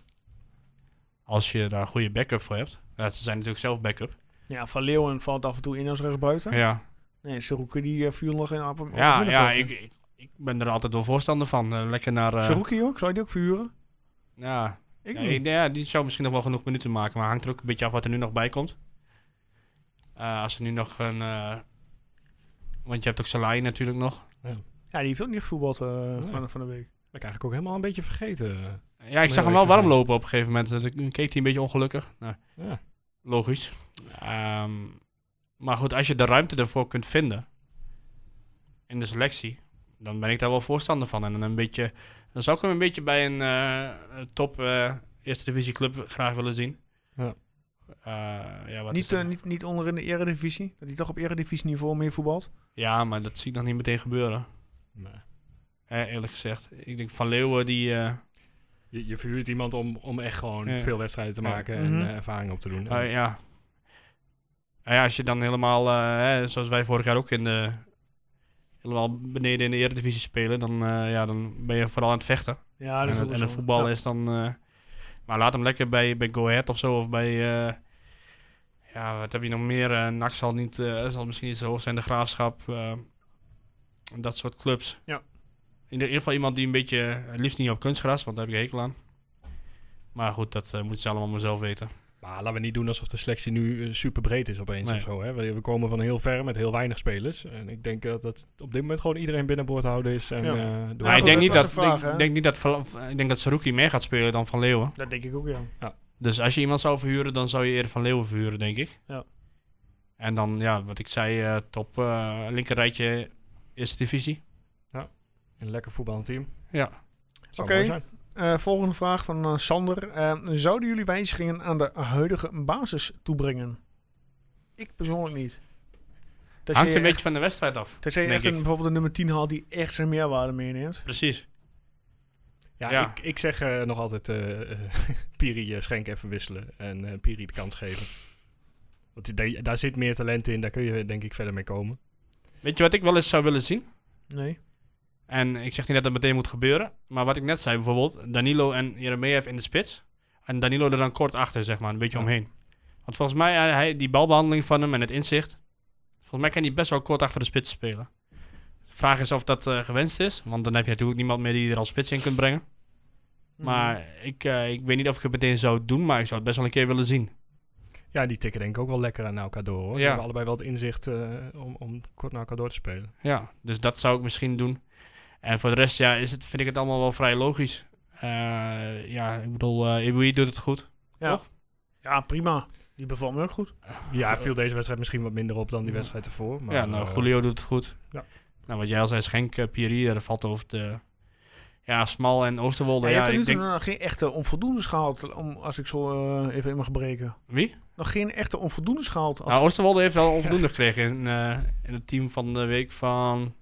Als je daar een goede backup voor hebt. Ja, ze zijn natuurlijk zelf backup. Ja, Van Leeuwen valt af en toe in als rechtsbuiten. Ja. Nee, Zerouki die uh, viel nog in op, op Ja, ja ik, ik, ik ben er altijd wel voorstander van. Uh, lekker naar... Uh, Zerouki ook? Zou je die ook verhuren? Ja. Ik ja, niet. ik, ja, die zou misschien nog wel genoeg minuten maken. Maar hangt er ook een beetje af wat er nu nog bij komt. Uh, als er nu nog een... Uh, want je hebt ook Salai natuurlijk nog. Ja. Ja, die heeft ook niet gevoetbald uh, nee. van, van de week. ik eigenlijk ook helemaal een beetje vergeten. Ja, ik zag hem wel warm lopen op een gegeven moment. Dan keek hij een beetje ongelukkig. Nou, Ja. logisch. Um, maar goed, als je de ruimte ervoor kunt vinden in de selectie, dan ben ik daar wel voorstander van. En dan, een beetje, dan zou ik hem een beetje bij een uh, top uh, eerste divisie club graag willen zien. Ja. Uh, ja, wat niet, uh, niet, niet onder in de eredivisie? Dat hij toch op eredivisie niveau meer voetbalt? Ja, maar dat zie ik nog niet meteen gebeuren. Nee. Eh, eerlijk gezegd. Ik denk Van Leeuwen die... Uh, je, je verhuurt iemand om, om echt gewoon ja. veel wedstrijden te maken ja. en mm-hmm. uh, ervaring op te doen. Uh, ja. Uh, ja, als je dan helemaal, uh, hè, zoals wij vorig jaar ook in de... helemaal beneden in de eredivisie spelen, dan, uh, ja, dan ben je vooral aan het vechten. Ja, dat is en, en het voetbal ja. is dan... Uh, maar laat hem lekker bij, bij Go Ahead of zo, of bij... Uh, ja, wat heb je nog meer? Uh, N A C zal, niet, uh, zal misschien niet zo hoog zijn, de Graafschap. Uh, dat soort clubs. Ja. In ieder geval iemand die een beetje... Het liefst niet op kunstgras, want daar heb ik hekel aan. Maar goed, dat uh, moeten ze allemaal maar zelf weten. Maar laten we niet doen alsof de selectie nu uh, super breed is opeens nee. of zo. Hè? We, we komen van heel ver met heel weinig spelers. En ik denk dat dat op dit moment gewoon iedereen binnenboord houden is. En, ja. uh, ja, ik denk niet dat, vraag, denk, denk niet dat ik denk dat Saruki meer gaat spelen dan Van Leeuwen. Dat denk ik ook, ja. ja. Dus als je iemand zou verhuren, dan zou je eerder Van Leeuwen verhuren, denk ik. Ja. En dan, ja, wat ik zei, uh, top uh, linkerrijtje eerste divisie. Ja, een lekker voetballend team. Ja. Oké, okay. uh, volgende vraag van uh, Sander. Uh, zouden jullie wijzigingen aan de huidige basis toebrengen? Ik persoonlijk niet. Dat hangt een echt, beetje van de wedstrijd af. Tenzij je echt een, bijvoorbeeld een nummer tien haalt die echt zijn meerwaarde meeneemt. Precies. Ja, ja. Ik, ik zeg uh, nog altijd uh, uh, Piri uh, Schenk even wisselen en uh, Piri de kans geven. Want die, daar zit meer talent in, daar kun je denk ik verder mee komen. Weet je wat ik wel eens zou willen zien? Nee. En ik zeg niet dat dat meteen moet gebeuren, maar wat ik net zei bijvoorbeeld, Danilo en Jeremejeff in de spits. En Danilo er dan kort achter, zeg maar, een beetje ja. omheen. Want volgens mij, hij, die balbehandeling van hem en het inzicht, volgens mij kan hij best wel kort achter de spits spelen. De vraag is of dat uh, gewenst is, want dan heb je natuurlijk niemand meer die er als spits in kunt brengen. Mm. Maar ik, uh, ik weet niet of ik het meteen zou doen, maar ik zou het best wel een keer willen zien. Ja, die tikken denk ik ook wel lekker aan elkaar door, hoor. Ja. Die hebben allebei wel het inzicht uh, om, om kort naar elkaar door te spelen. Ja, dus dat zou ik misschien doen. En voor de rest, ja, is het, vind ik het allemaal wel vrij logisch. Uh, ja, ik bedoel, uh, Eboué doet het goed, ja. toch? Ja, prima. Die bevalt me ook goed. Ja, viel deze wedstrijd misschien wat minder op dan die wedstrijd ervoor. Maar ja, nou, uh, Julio doet het goed. Ja. Nou, wat jij al zei, Schenk, uh, Piri, daar valt over de... Ja, Smal en Oosterwolde. Ja, je ja, hebt er nu denk... nog geen echte onvoldoendes gehaald, om, als ik zo uh, even in mag breken. Wie? Nog geen echte onvoldoendes gehaald. Als... Nou, Oosterwolde heeft wel onvoldoende ja. gekregen in, uh, in het team van de week van...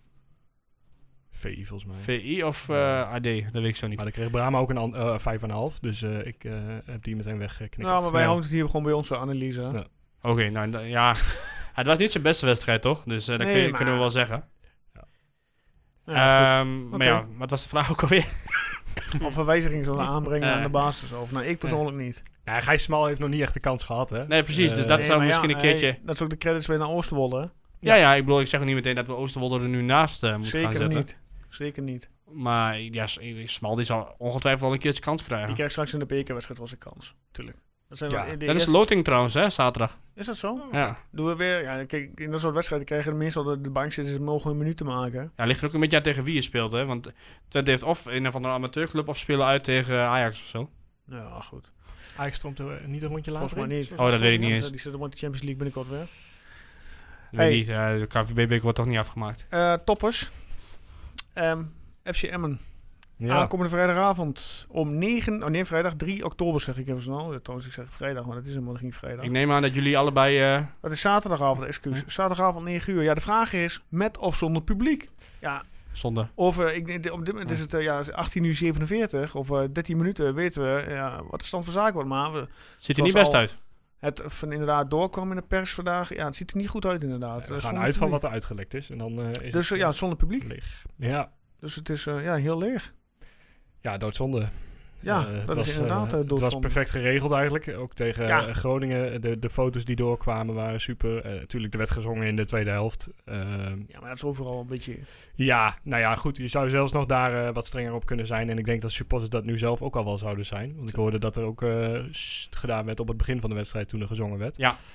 V I volgens mij. V I of uh, A D, dat weet ik zo niet. Maar dan kreeg Brahma ook een uh, vijf komma vijf, dus uh, ik uh, heb die meteen weggeknikt. Nou, maar wij ja. houden het hier gewoon bij onze analyse. Ja. Oké, okay, nou d- ja. Het was niet zijn beste wedstrijd, toch? Dus uh, dat nee, kun je, maar... kunnen we wel zeggen. Ja. Ja, um, okay. Maar ja, wat was de vraag ook alweer? Of een wijziging zullen aanbrengen uh, aan de basis. Of nou, ik persoonlijk uh. niet. Ja, Gijs Smal heeft nog niet echt de kans gehad, hè? Nee, precies. Uh, dus dat nee, zou misschien ja, een keertje... Hey, dat is ook de credits weer naar Oosterwolde, hè? Ja, ja, ja, ik bedoel, ik zeg ook niet meteen dat we Oosterwolde er nu naast uh, moeten Zeker gaan zetten. Niet. Zeker niet. Maar ja, Smal die zal ongetwijfeld wel een keertje kans krijgen. Die krijgt straks in de bekerwedstrijd wel zijn kans, tuurlijk. Dat, zijn ja. we, dat is loting trouwens, hè, zaterdag. Is dat zo? Ja. Doen we weer, ja, kijk, in dat soort wedstrijden krijgen de meestal de, de bankzitters mogen een minuut te maken. Ja, ligt er ook een beetje aan tegen wie je speelt, hè. Want Twente heeft of een of andere amateurclub of spelen uit tegen Ajax of zo. Ja, goed. Ajax stroomt er niet een rondje later Volgens mij niet. Oh, dat weet ik niet eens. Die zit op de Champions League binnenkort weer. Weet hey. niet, uh, de K V B-beker wordt toch niet afgemaakt. Uh, toppers. Um, F C Emmen. Ja. Aankomende vrijdagavond om negen... Oh nee, vrijdag drie oktober zeg ik even snel. Trouwens, ik zeg vrijdag, maar dat is helemaal geen vrijdag. Ik neem aan dat jullie allebei... Uh... Dat is zaterdagavond, excuus. Huh? Zaterdagavond negen uur. Ja, de vraag is, met of zonder publiek? Ja. Zonder. Over, ik, op dit moment is het uh, ja, achttien uur zevenenveertig. Over dertien minuten weten we ja, wat de stand van zaken wordt. Maar we, ziet er niet best uit. Het van inderdaad doorkwam in de pers vandaag. Ja, het ziet er niet goed uit inderdaad. Ja, we gaan uit van wat er uitgelekt is. En dan uh, is dus het, ja, zonder publiek. Leeg. Ja. Dus het is uh, ja, heel leeg. Ja, doodzonde. Ja, uh, het dat was, is inderdaad uh, doodzonde. Het was perfect geregeld eigenlijk. Ook tegen ja. uh, Groningen. De, de foto's die doorkwamen waren super. Uh, natuurlijk, er werd gezongen in de tweede helft. Uh, ja, maar dat is overal een beetje... Ja, nou ja, goed. Je zou zelfs nog daar uh, wat strenger op kunnen zijn. En ik denk dat supporters dat nu zelf ook al wel zouden zijn. Want ik hoorde dat er ook uh, gedaan werd op het begin van de wedstrijd toen er gezongen werd. Ja.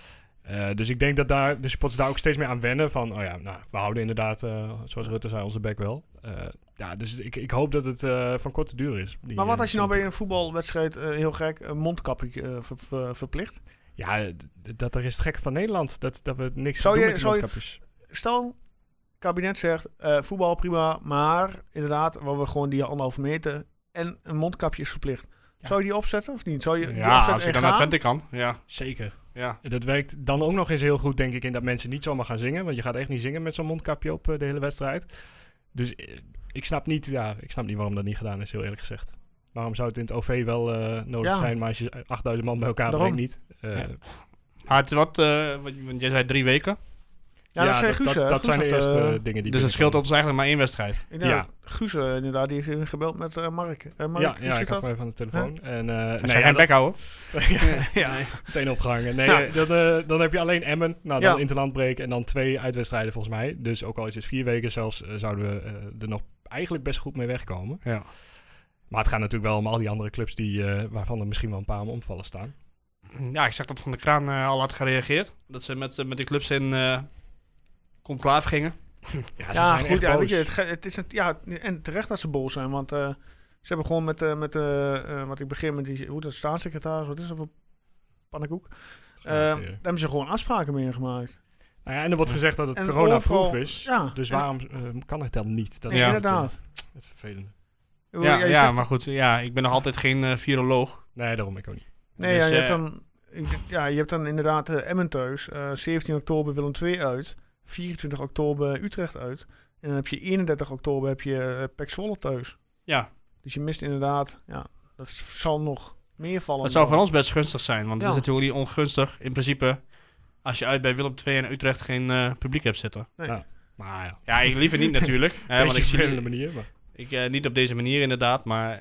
Uh, dus ik denk dat daar de supporters daar ook steeds meer aan wennen. Van, oh ja, nou, we houden inderdaad, uh, zoals Rutte zei, onze bek wel. Uh, ja, dus ik, ik hoop dat het uh, van korte duur is. Die, maar wat uh, als je nou bij een voetbalwedstrijd, uh, heel gek, een mondkapje uh, ver, ver, verplicht? Ja, d- dat er is het gekke van Nederland. Dat, dat we niks zou doen je, met die zou mondkapjes. Je, stel, het kabinet zegt, uh, voetbal prima, maar inderdaad, waar we gewoon die anderhalve meter en een mondkapje is verplicht. Ja. Zou je die opzetten of niet? Zou je die ja, als je dan naar Twente kan. Ja. Zeker. Ja. Dat werkt dan ook nog eens heel goed, denk ik, in dat mensen niet zomaar gaan zingen. Want je gaat echt niet zingen met zo'n mondkapje op uh, de hele wedstrijd. Dus uh, ik snap niet, ja, ik snap niet waarom dat niet gedaan is, heel eerlijk gezegd. Waarom zou het in het O V wel uh, nodig ja. zijn, maar als je achtduizend man bij elkaar Daarom. brengt niet. Uh, ja. Maar het is wat, uh, want jij zei drie weken. Ja, ja, dat, dat, Guus, dat, dat zijn de eerste uh, dingen die... Dus het scheelt ons eigenlijk maar één wedstrijd. Ja, ja. Guus, uh, inderdaad, die heeft gebeld met uh, Mark. Uh, Mark. Ja, ja ik had hem even aan de telefoon. Huh? En, uh, nee, nee, ga je bek houden? ja, ja, meteen opgehangen. Nee, ja. dan, uh, dan heb je alleen Emmen, nou dan ja. Interland breken en dan twee uitwedstrijden volgens mij. Dus ook al is het vier weken zelfs, uh, zouden we uh, er nog eigenlijk best goed mee wegkomen. Ja. Maar het gaat natuurlijk wel om al die andere clubs die, uh, waarvan er misschien wel een paar om omvallen staan. Ja, ik zag dat Van der Kraan uh, al had gereageerd. Dat ze met, uh, met die clubs in uh, conclaaf gingen. Ja, ja goed. Ja, weet je, het, het is een, ja, en terecht dat ze boos zijn. Want uh, ze hebben gewoon met, uh, met uh, uh, wat ik begin met die, hoe dat staatssecretaris, wat is dat voor pannenkoek? Uh, daar hebben ze gewoon afspraken mee gemaakt. Nou ja, en er wordt gezegd dat het corona-proof is. Ja, dus waarom uh, kan het dan niet? Dat nee, is ja, inderdaad. Het, het vervelende. Ja, ja, ja maar goed. Ja, ik ben nog altijd geen uh, viroloog. Nee, daarom ik ook niet. Nee, dus, ja, je, uh, hebt dan, ja, je hebt dan inderdaad uh, Emmen thuis. Uh, zeventien oktober Willem twee uit. vierentwintig oktober Utrecht uit. En dan heb je eenendertig oktober heb je uh, P E C Zwolle thuis. Ja. Dus je mist inderdaad, ja, dat zal nog meer vallen. Dat zou voor ons best gunstig zijn, want ja. het is natuurlijk niet ongunstig in principe als je uit bij Willem twee en Utrecht geen uh, publiek hebt zitten. Nee. Ja. Maar ja. Ja, ik liever niet natuurlijk. Beetje want ik verschillende manier, maar. Ik, uh, niet op deze manier inderdaad, maar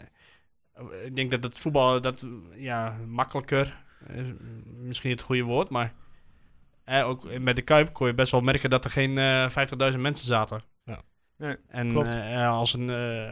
ik denk dat het voetbal dat ja, makkelijker is misschien het goede woord, maar eh, ook met de Kuip kon je best wel merken dat er geen uh, vijftigduizend mensen zaten. Ja. Nee, en uh, als een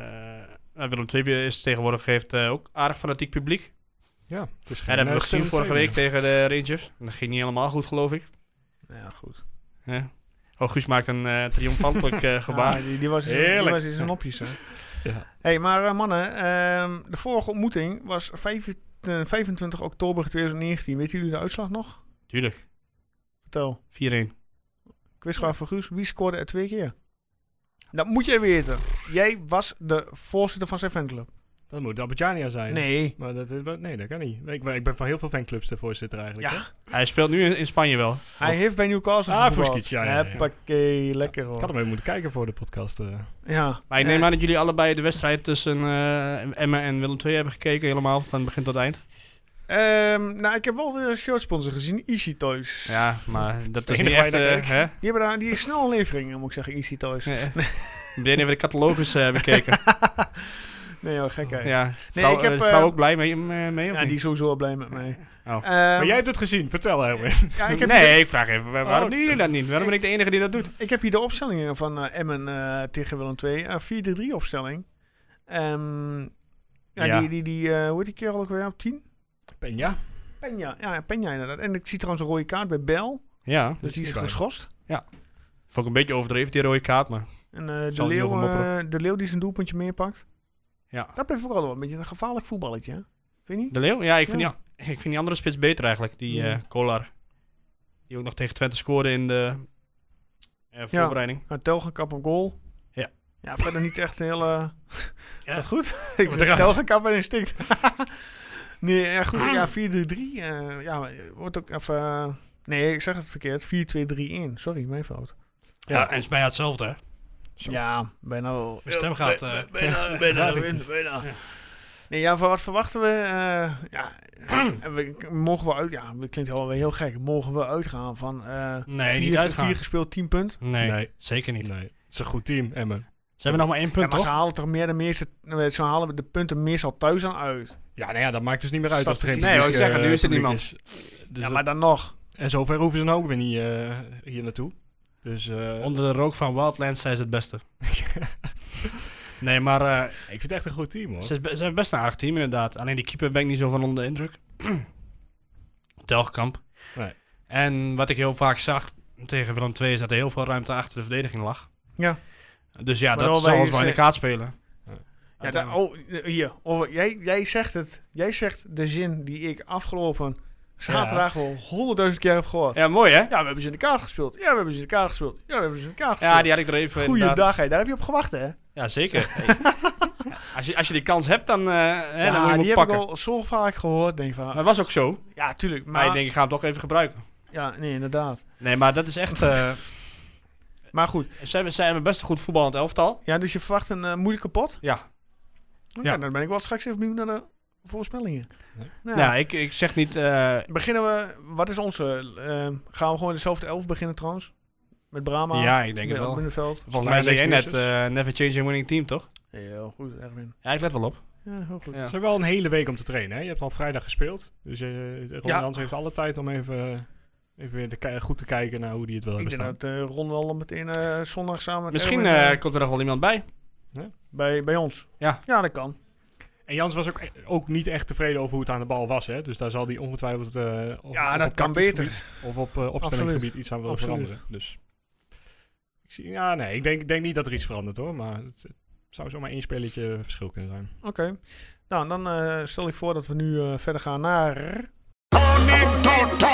uh, Willem twee is tegenwoordig heeft uh, ook aardig fanatiek publiek. Ja, het is en dat hebben we gezien vorige week tegen de Rangers. En dat ging niet helemaal goed, geloof ik. Ja, goed. Ja. Oh, Guus maakt een uh, triomfantelijk uh, gebaar. Ja, die, die was in zijn nopjes. Hè. Ja. Hey, maar uh, mannen, uh, de vorige ontmoeting was vijfentwintig oktober tweeduizend negentien. Weten jullie de uitslag nog? Tuurlijk. Vertel. vier-een. Quizvraag voor Guus. Wie scoorde er twee keer? Dat moet jij weten. Jij was de voorzitter van zijn fanclub. Dat moet Abidjania zijn. Nee. Maar dat, nee, dat kan niet. Ik, ik ben van heel veel fanclubs de voorzitter eigenlijk. Ja. Hè? Hij speelt nu in, in Spanje wel. Hij of? heeft bij Newcastle Ah, Fuskic, ja. ja, ja. Hoppakee, lekker hoor. Ik had hem even moeten kijken voor de podcast. Uh. Ja. Maar ik neem aan dat jullie allebei de wedstrijd tussen uh, Emmen en Willem twee hebben gekeken. Helemaal, van begin tot eind. Um, nou, ik heb wel de shirtsponsor gezien, Easy Toys. Ja, maar dat is niet echt... Uh, hè? Die hebben daar, die is snel een levering, moet ik zeggen, Easy Toys. Nee. Meteen even de catalogus uh, bekeken. Nee joh, gekheid. Ja, vrouw, nee, ik heb, uh, vrouw ook blij mee, mee of ja, niet? die is sowieso wel blij met mij. Oh. Um, maar jij hebt het gezien, vertel Herwin. Ja, ik heb nee, de... ik vraag even, waar, waarom oh. doen jullie dat niet? Waarom ben ik de enige die dat doet? Ik heb hier de opstellingen van uh, Emmen uh, tegen Willem twee. Uh, vier drie drie opstelling. Um, ja, ja, die, die, die uh, hoe heet die kerel ook weer op tien? Peña. Peña, ja, Peña inderdaad. En ik zie trouwens een rode kaart bij Bel. Ja. Dus die is geschorst. Ja. Vond ik een beetje overdreven, die rode kaart, maar... En uh, de, leeuw, uh, de Leeuw die zijn doelpuntje meepakt. Ja. Dat blijft vooral wel een beetje een gevaarlijk voetballetje, hè? Vind je niet? De Leeuw? Ja, ik vind, ja. Die, ik vind die andere spits beter eigenlijk. Die uh, Kolar. Die ook nog tegen Twente scoorde in de uh, voorbereiding. Ja, Telgenkap een goal. Ja. Ja, verder niet echt een hele... ja. Dat goed? Ik ben Telgenkap en instinct. Nee, ja, goed. Ja, vier drie drie. Uh, ja, wordt ook even... Uh, nee, ik zeg het verkeerd. vier twee drie een. Sorry, mijn fout. Ja, ja en het is bijna hetzelfde, hè? Zo. Ja, bijna wel. Mijn stem gaat... Uh, bijna, bijna, bijna, bijna. Ja. Nee, ja, voor wat verwachten we? Uh, ja, we, mogen we uit... Ja, dat klinkt wel weer heel gek. Mogen we uitgaan van... Uh, nee, vier, niet uitgaan. Vier gespeeld, tien punten? Nee, nee, zeker niet. Nee. Het is een goed team, Emmen. Ze hebben nog maar één punt, ja, maar toch? ze halen toch meer de meeste... Ze halen de punten meestal thuis aan uit. Ja, nou ja, dat maakt dus niet meer uit als er geen... Nee, ik zeg, nu is er niemand. Dus ja, maar dan nog. En zover hoeven ze nou ook weer niet uh, hier naartoe. Dus, uh... onder de rook van Wildlands zijn ze het beste. Nee, maar... Uh, ik vind het echt een goed team, hoor. Ze, ze hebben best een aardig team, inderdaad. Alleen die keeper ben ik niet zo van onder de indruk. Telgekamp. Nee. En wat ik heel vaak zag tegen Willem twee is dat er heel veel ruimte achter de verdediging lag. Ja. Dus ja, Maar dat wel zal bij ons wel in de ze- kaart spelen. Ja, daar, oh, hier. Oh, jij, jij zegt het. Jij zegt de zin die ik afgelopen zaterdag wel honderdduizend keer heb gehoord. Ja, mooi hè? Ja, we hebben ze in de kaart gespeeld. Ja, we hebben ze in de kaart gespeeld. Ja, we hebben ze in de kaart gespeeld. Ja, die had ik er even inderdaad- Goeiedag, hè. Daar heb je op gewacht, hè? Ja, zeker. Hey. als, je, als je die kans hebt, dan, uh, hè, Ja, dan moet je hem die ook heb pakken. ik al zo vaak gehoord. Denk van, Maar dat was ook zo. ja, tuurlijk. Maar, Maar, ik denk, ik ga hem toch even gebruiken. ja, nee, inderdaad. Nee, maar dat is echt... Uh, Maar goed. zij, hebben- zij hebben best een goed voetballend elftal. Ja, dus je verwacht een uh, moeillijke pot? Ja. Okay, Ja. Dan ben ik wel straks even benieuwd naar de voorspellingen. Nee. Nou, Nou, ik, ik zeg niet... Uh, beginnen we... Wat is onze... Uh, gaan we gewoon dezelfde elf beginnen trouwens? Met Brahma? ja, ik denk het wel. Middenveld. Volgens mij zei jij net uh, never change a winning team, toch? Ja, heel goed, Erwin. Ja, ik let wel op. Ja, heel goed. Ja. Ze hebben wel een hele week om te trainen. Hè? Je hebt al vrijdag gespeeld. Dus uh, Ron Ja. Jans heeft alle tijd om even, even weer de, goed te kijken naar hoe die het wil Ik hebben denk staan. dat uh, Ron wel meteen uh, zondag samen met Misschien Erwin, uh, uh, komt er nog wel iemand bij. bij, bij ons. Ja. Ja, dat kan. En Jans was ook, ook niet echt tevreden over hoe het aan de bal was. Hè? Dus daar zal hij ongetwijfeld... Uh, of, Ja, of dat op kan tactisch beter. gebied of op uh, opstellingsgebied iets aan willen Absoluut. veranderen. Dus ik zie, ja, nee, ik denk, ik denk niet dat er iets verandert hoor. Maar het, het zou zomaar één spelletje verschil kunnen zijn. Oké. Okay. Nou, dan uh, stel ik voor dat we nu uh, verder gaan naar... Koning Toto!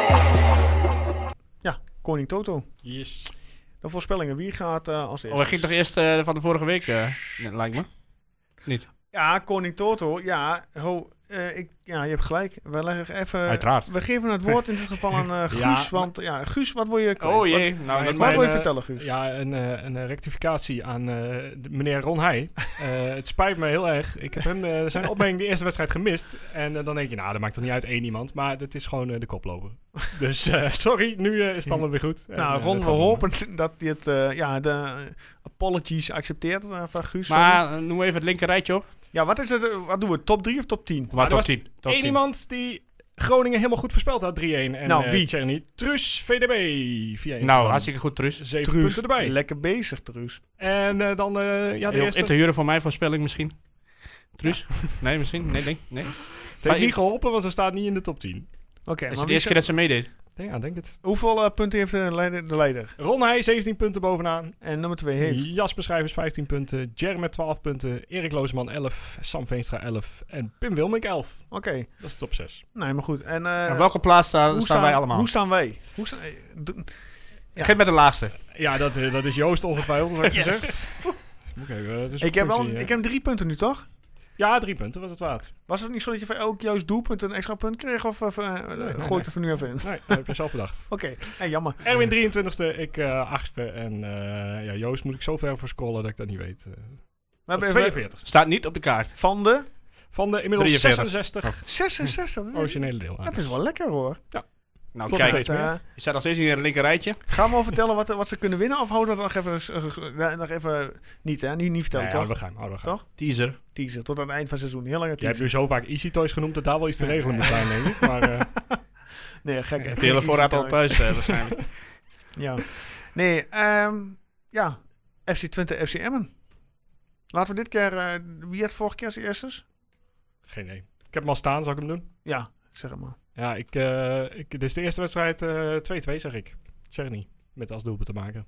Ja, Koning Toto. Yes. De voorspellingen. Wie gaat uh, als eerste? Oh, hij ging toch eerst uh, van de vorige week, uh, nee, lijkt me. Niet? Ja, Koning Toto. Ja, ho, uh, ik, ja, je hebt gelijk. We leggen even... Uiteraard. We geven het woord in dit geval aan uh, Guus. Ja, want ja, Guus, wat wil je kwijt? Oh jee. Wat, Nou, maar- dat wat maar- wil je uh, vertellen, Guus? Ja, een, uh, een uh, rectificatie aan uh, de, meneer Ron Heij. uh, het spijt me heel erg. Ik heb hem uh, zijn opmerking de eerste wedstrijd gemist. En uh, dan denk je, nou, dat maakt toch niet uit één iemand. Maar het is gewoon uh, de koploper. Dus uh, sorry, nu uh, is het allemaal weer goed. En, Nou, uh, Ron, dat we staat hopen dat hij het, uh, ja, de uh, apologies accepteert uh, van Guus. Maar uh, noem even het linker rijtje op. Ja, wat is het? Uh, wat doen we? Top drie of top tien? Maar er top was tien. Top Eén tien. iemand die Groningen helemaal goed voorspeld had, drie-een. En, Nou, uh, wie? Tjerni. Truus, V D B, via Instagram. Nou, hartstikke goed, Truus. Zeven Truus, punten erbij. lekker bezig, Truus. En uh, dan, uh, ja, de Heel eerste... interieuren voor mijn voorspelling misschien. Truus? Nee, misschien? Nee, denk nee. Het heeft niet geholpen, want ze staat niet in de top tien. Oké, Is maar het wie de eerste keer dat ze meedeed? Ja, denk het. hoeveel uh, punten heeft de leider, de leider? Ron Heij, zeventien punten bovenaan. En nummer twee heeft... Jasper Schrijvers, vijftien punten. Jer met twaalf punten. Erik Loosman, elf. Sam Veenstra, elf. En Pim Wilmink, elf. Oké, okay. Dat is de top zes. nee, maar goed. En, uh, En welke plaats sta, hoe staan wij allemaal? Hoe staan wij? Hoe staan, uh, do- ja. Geef met de laagste. Ja, dat, uh, dat is Joost ongetwijfeld, wat je gezegd. Moet ik even, uh, dus ik, heb wel, functie, uh, ik heb drie punten nu, toch? Ja, drie punten was het waard. Was het niet zo dat je voor elk juist doelpunt een extra punt kreeg? Of uh, uh, nee, nee, gooi nee. ik het er nu even in? Nee, dat heb je zelf bedacht. Oké, okay. Hey, jammer. Erwin drieëntwintigste, ik uh, achtste. En uh, ja, Joost moet ik zo ver voor scrollen dat ik dat niet weet. Uh, We hebben even tweeënveertigste. Staat niet op de kaart. van de Van de inmiddels drieënveertig. zesenzestig zesenzestig. Dat is, originele deel. dat is wel lekker, hoor. Nou, Klopt kijk. steeds meer. Uh, Je staat nog steeds niet in het linker rijtje. gaan we al vertellen wat, wat ze kunnen winnen? Of houden we dat nog even... Uh, nog even niet, hè? Niet, niet vertellen, Nee, toch? houden we geheim, houden we geheim. Toch? Teaser. Teaser, tot aan het eind van het seizoen. Heel lange Je hebt teaser. nu zo vaak Easy Toys genoemd dat daar wel iets te regelen moet zijn, denk ik. Maar uh, Nee, gek. hè? De hele voorraad al thuis uh, waarschijnlijk. Ja. Nee, um, ja. F C Twente, F C Emmen. Laten we dit keer... Uh, wie had vorige keer als eerstes? geen idee. Ik heb hem al staan, zal ik hem doen? Ja, zeg het maar. Ja, ik, uh, ik, dit is de eerste wedstrijd uh, twee-twee, zeg ik. Tjerni, met als doelpunt te maken.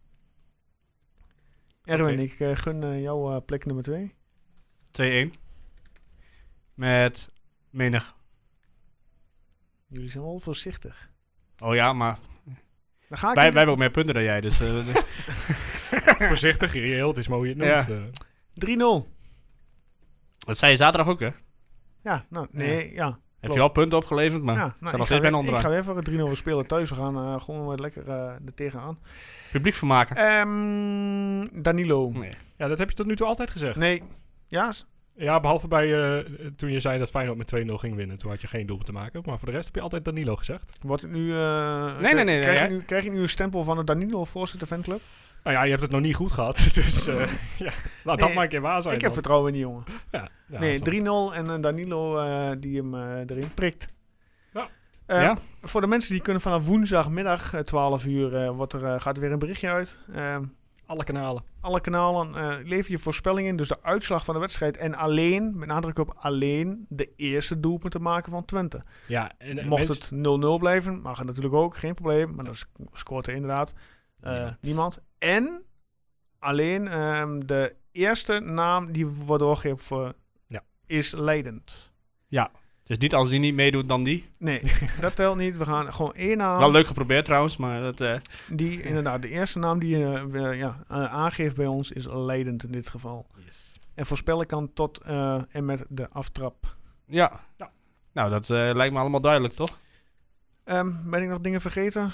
Erwin, Oké. ik uh, gun uh, jouw uh, plek nummer twee. twee-een. Met menig. Jullie zijn wel voorzichtig. Oh ja, maar Dan ga ik wij, in- wij hebben ook meer punten dan jij. Dus, uh, de- Voorzichtig, reëel, het is mooi je het Ja. noemt. Uh, drie nul. dat zei je zaterdag ook, hè? Ja, nou, nee, ja. Heb je al punten opgeleverd, maar ja, ja, nou, staat ik, nog ga steeds bijna weer, ik onderaan. ga weer voor een drie nul spelen thuis. We gaan uh, gewoon wat lekker uh, er tegenaan. Publiek vermaken. Um, Danilo. Nee. ja, dat heb je tot nu toe altijd gezegd. Nee. Ja? s- Ja, behalve bij uh, toen je zei dat Feyenoord met twee nul ging winnen. Toen had je geen doelpunt te maken. Maar voor de rest heb je altijd Danilo gezegd. Wordt het nu... Uh, nee, nee, nee, Krijg, nee, je nu, krijg je nu een stempel van de Danilo voorzitter fanclub? Nou ja, je hebt het nog niet goed gehad. Dus uh, ja, laat dat Nee, maar een keer waar zijn. Ik heb dan. vertrouwen in die jongen. Ja, ja, nee, snap ik. drie nul en uh, Danilo uh, die hem uh, erin prikt. Ja. Uh, Ja? Voor de mensen die kunnen vanaf woensdagmiddag uh, twaalf uur uh, wordt er, uh, gaat er weer een berichtje uit. Uh, Alle kanalen. Alle kanalen uh, lever je voorspellingen in. Dus de uitslag van de wedstrijd. En alleen, met nadruk op alleen, de eerste doelpunten maken van Twente. Ja, en, Mocht mens... het nul nul blijven, mag het natuurlijk ook. Geen probleem. Maar dan scoort er inderdaad uh, niemand. niemand. En alleen um, de eerste naam die wordt doorgegeven voor ja. is leidend. Ja. Dus niet als die niet meedoet, dan die? Nee, dat telt niet. We gaan gewoon één naam... Wel leuk geprobeerd trouwens, maar dat... Uh... Die, inderdaad, de eerste naam die je uh, ja, uh, aangeeft bij ons is leidend in dit geval. Yes. En voorspellen kan tot uh, en met de aftrap. Ja. ja. Nou, dat uh, lijkt me allemaal duidelijk, toch? Um, ben ik nog dingen vergeten?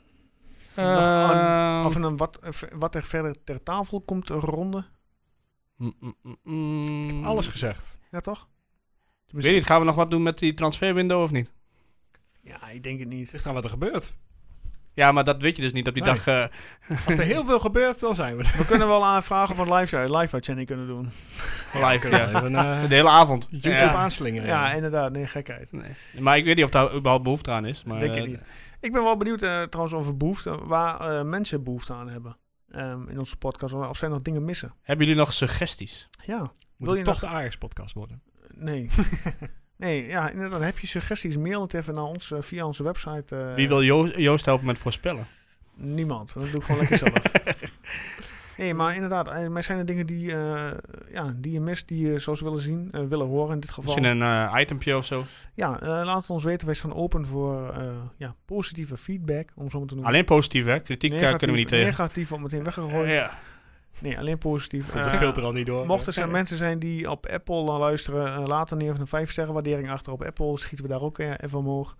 Uh, nog aan, of een, wat, wat er verder ter tafel komt ronde? Mm, mm, mm, Alles gezegd. Ja, toch? Ik weet niet, gaan we nog wat doen met die transferwindow of niet? Ja, ik denk het niet. Ligt aan wat er gebeurt. Ja, maar dat weet je dus niet op die nee. dag. Uh... Als er heel veel gebeurt, dan zijn we er. We kunnen wel aan vragen van live, live uitzending kunnen doen. Live, ja. Even, uh, de hele avond. YouTube ja. aanslingeren. Ja, ja, inderdaad. Nee, gekheid. Nee. Maar ik weet niet of daar überhaupt behoefte aan is. Maar, denk uh, ik niet. Ik ben wel benieuwd uh, trouwens over behoefte, waar uh, mensen behoefte aan hebben. Um, in onze podcast. Of zij nog dingen missen. Hebben jullie nog suggesties? Ja. Moet Wil je het toch nog... de Ajax-podcast worden? Nee. Nee, ja, inderdaad. Heb je suggesties? Mail het even naar ons uh, via onze website. Uh, Wie wil Jo- Joost helpen met voorspellen? Niemand. Dat doe ik gewoon lekker zelf. Nee, maar inderdaad. Er zijn er dingen die, uh, ja, die je mist, die je zoals willen zien, uh, willen horen in dit geval. Misschien een uh, itempje of zo? Ja, uh, laat het ons weten. Wij staan open voor uh, ja, positieve feedback, om zo maar te noemen. Alleen positief, hè? Kritiek negatief, kunnen we niet tegen. Negatief wordt meteen weggegooid. Uh, ja. Nee, alleen positief. Komt de uh, filter al niet door. Mochten er mensen zijn die op Apple uh, luisteren, uh, laat er neer een vijf sterren waardering achter op Apple. Schieten we daar ook uh, even omhoog.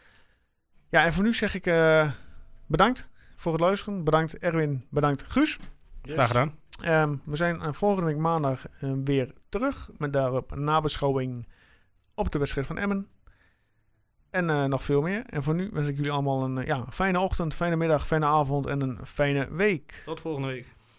Ja, en voor nu zeg ik uh, bedankt voor het luisteren. Bedankt Erwin, bedankt Guus. Yes. Graag gedaan. Um, we zijn uh, volgende week maandag uh, weer terug met daarop een nabeschouwing op de wedstrijd van Emmen. En uh, nog veel meer. En voor nu wens ik jullie allemaal een uh, ja, fijne ochtend, fijne middag, fijne avond en een fijne week. Tot volgende week.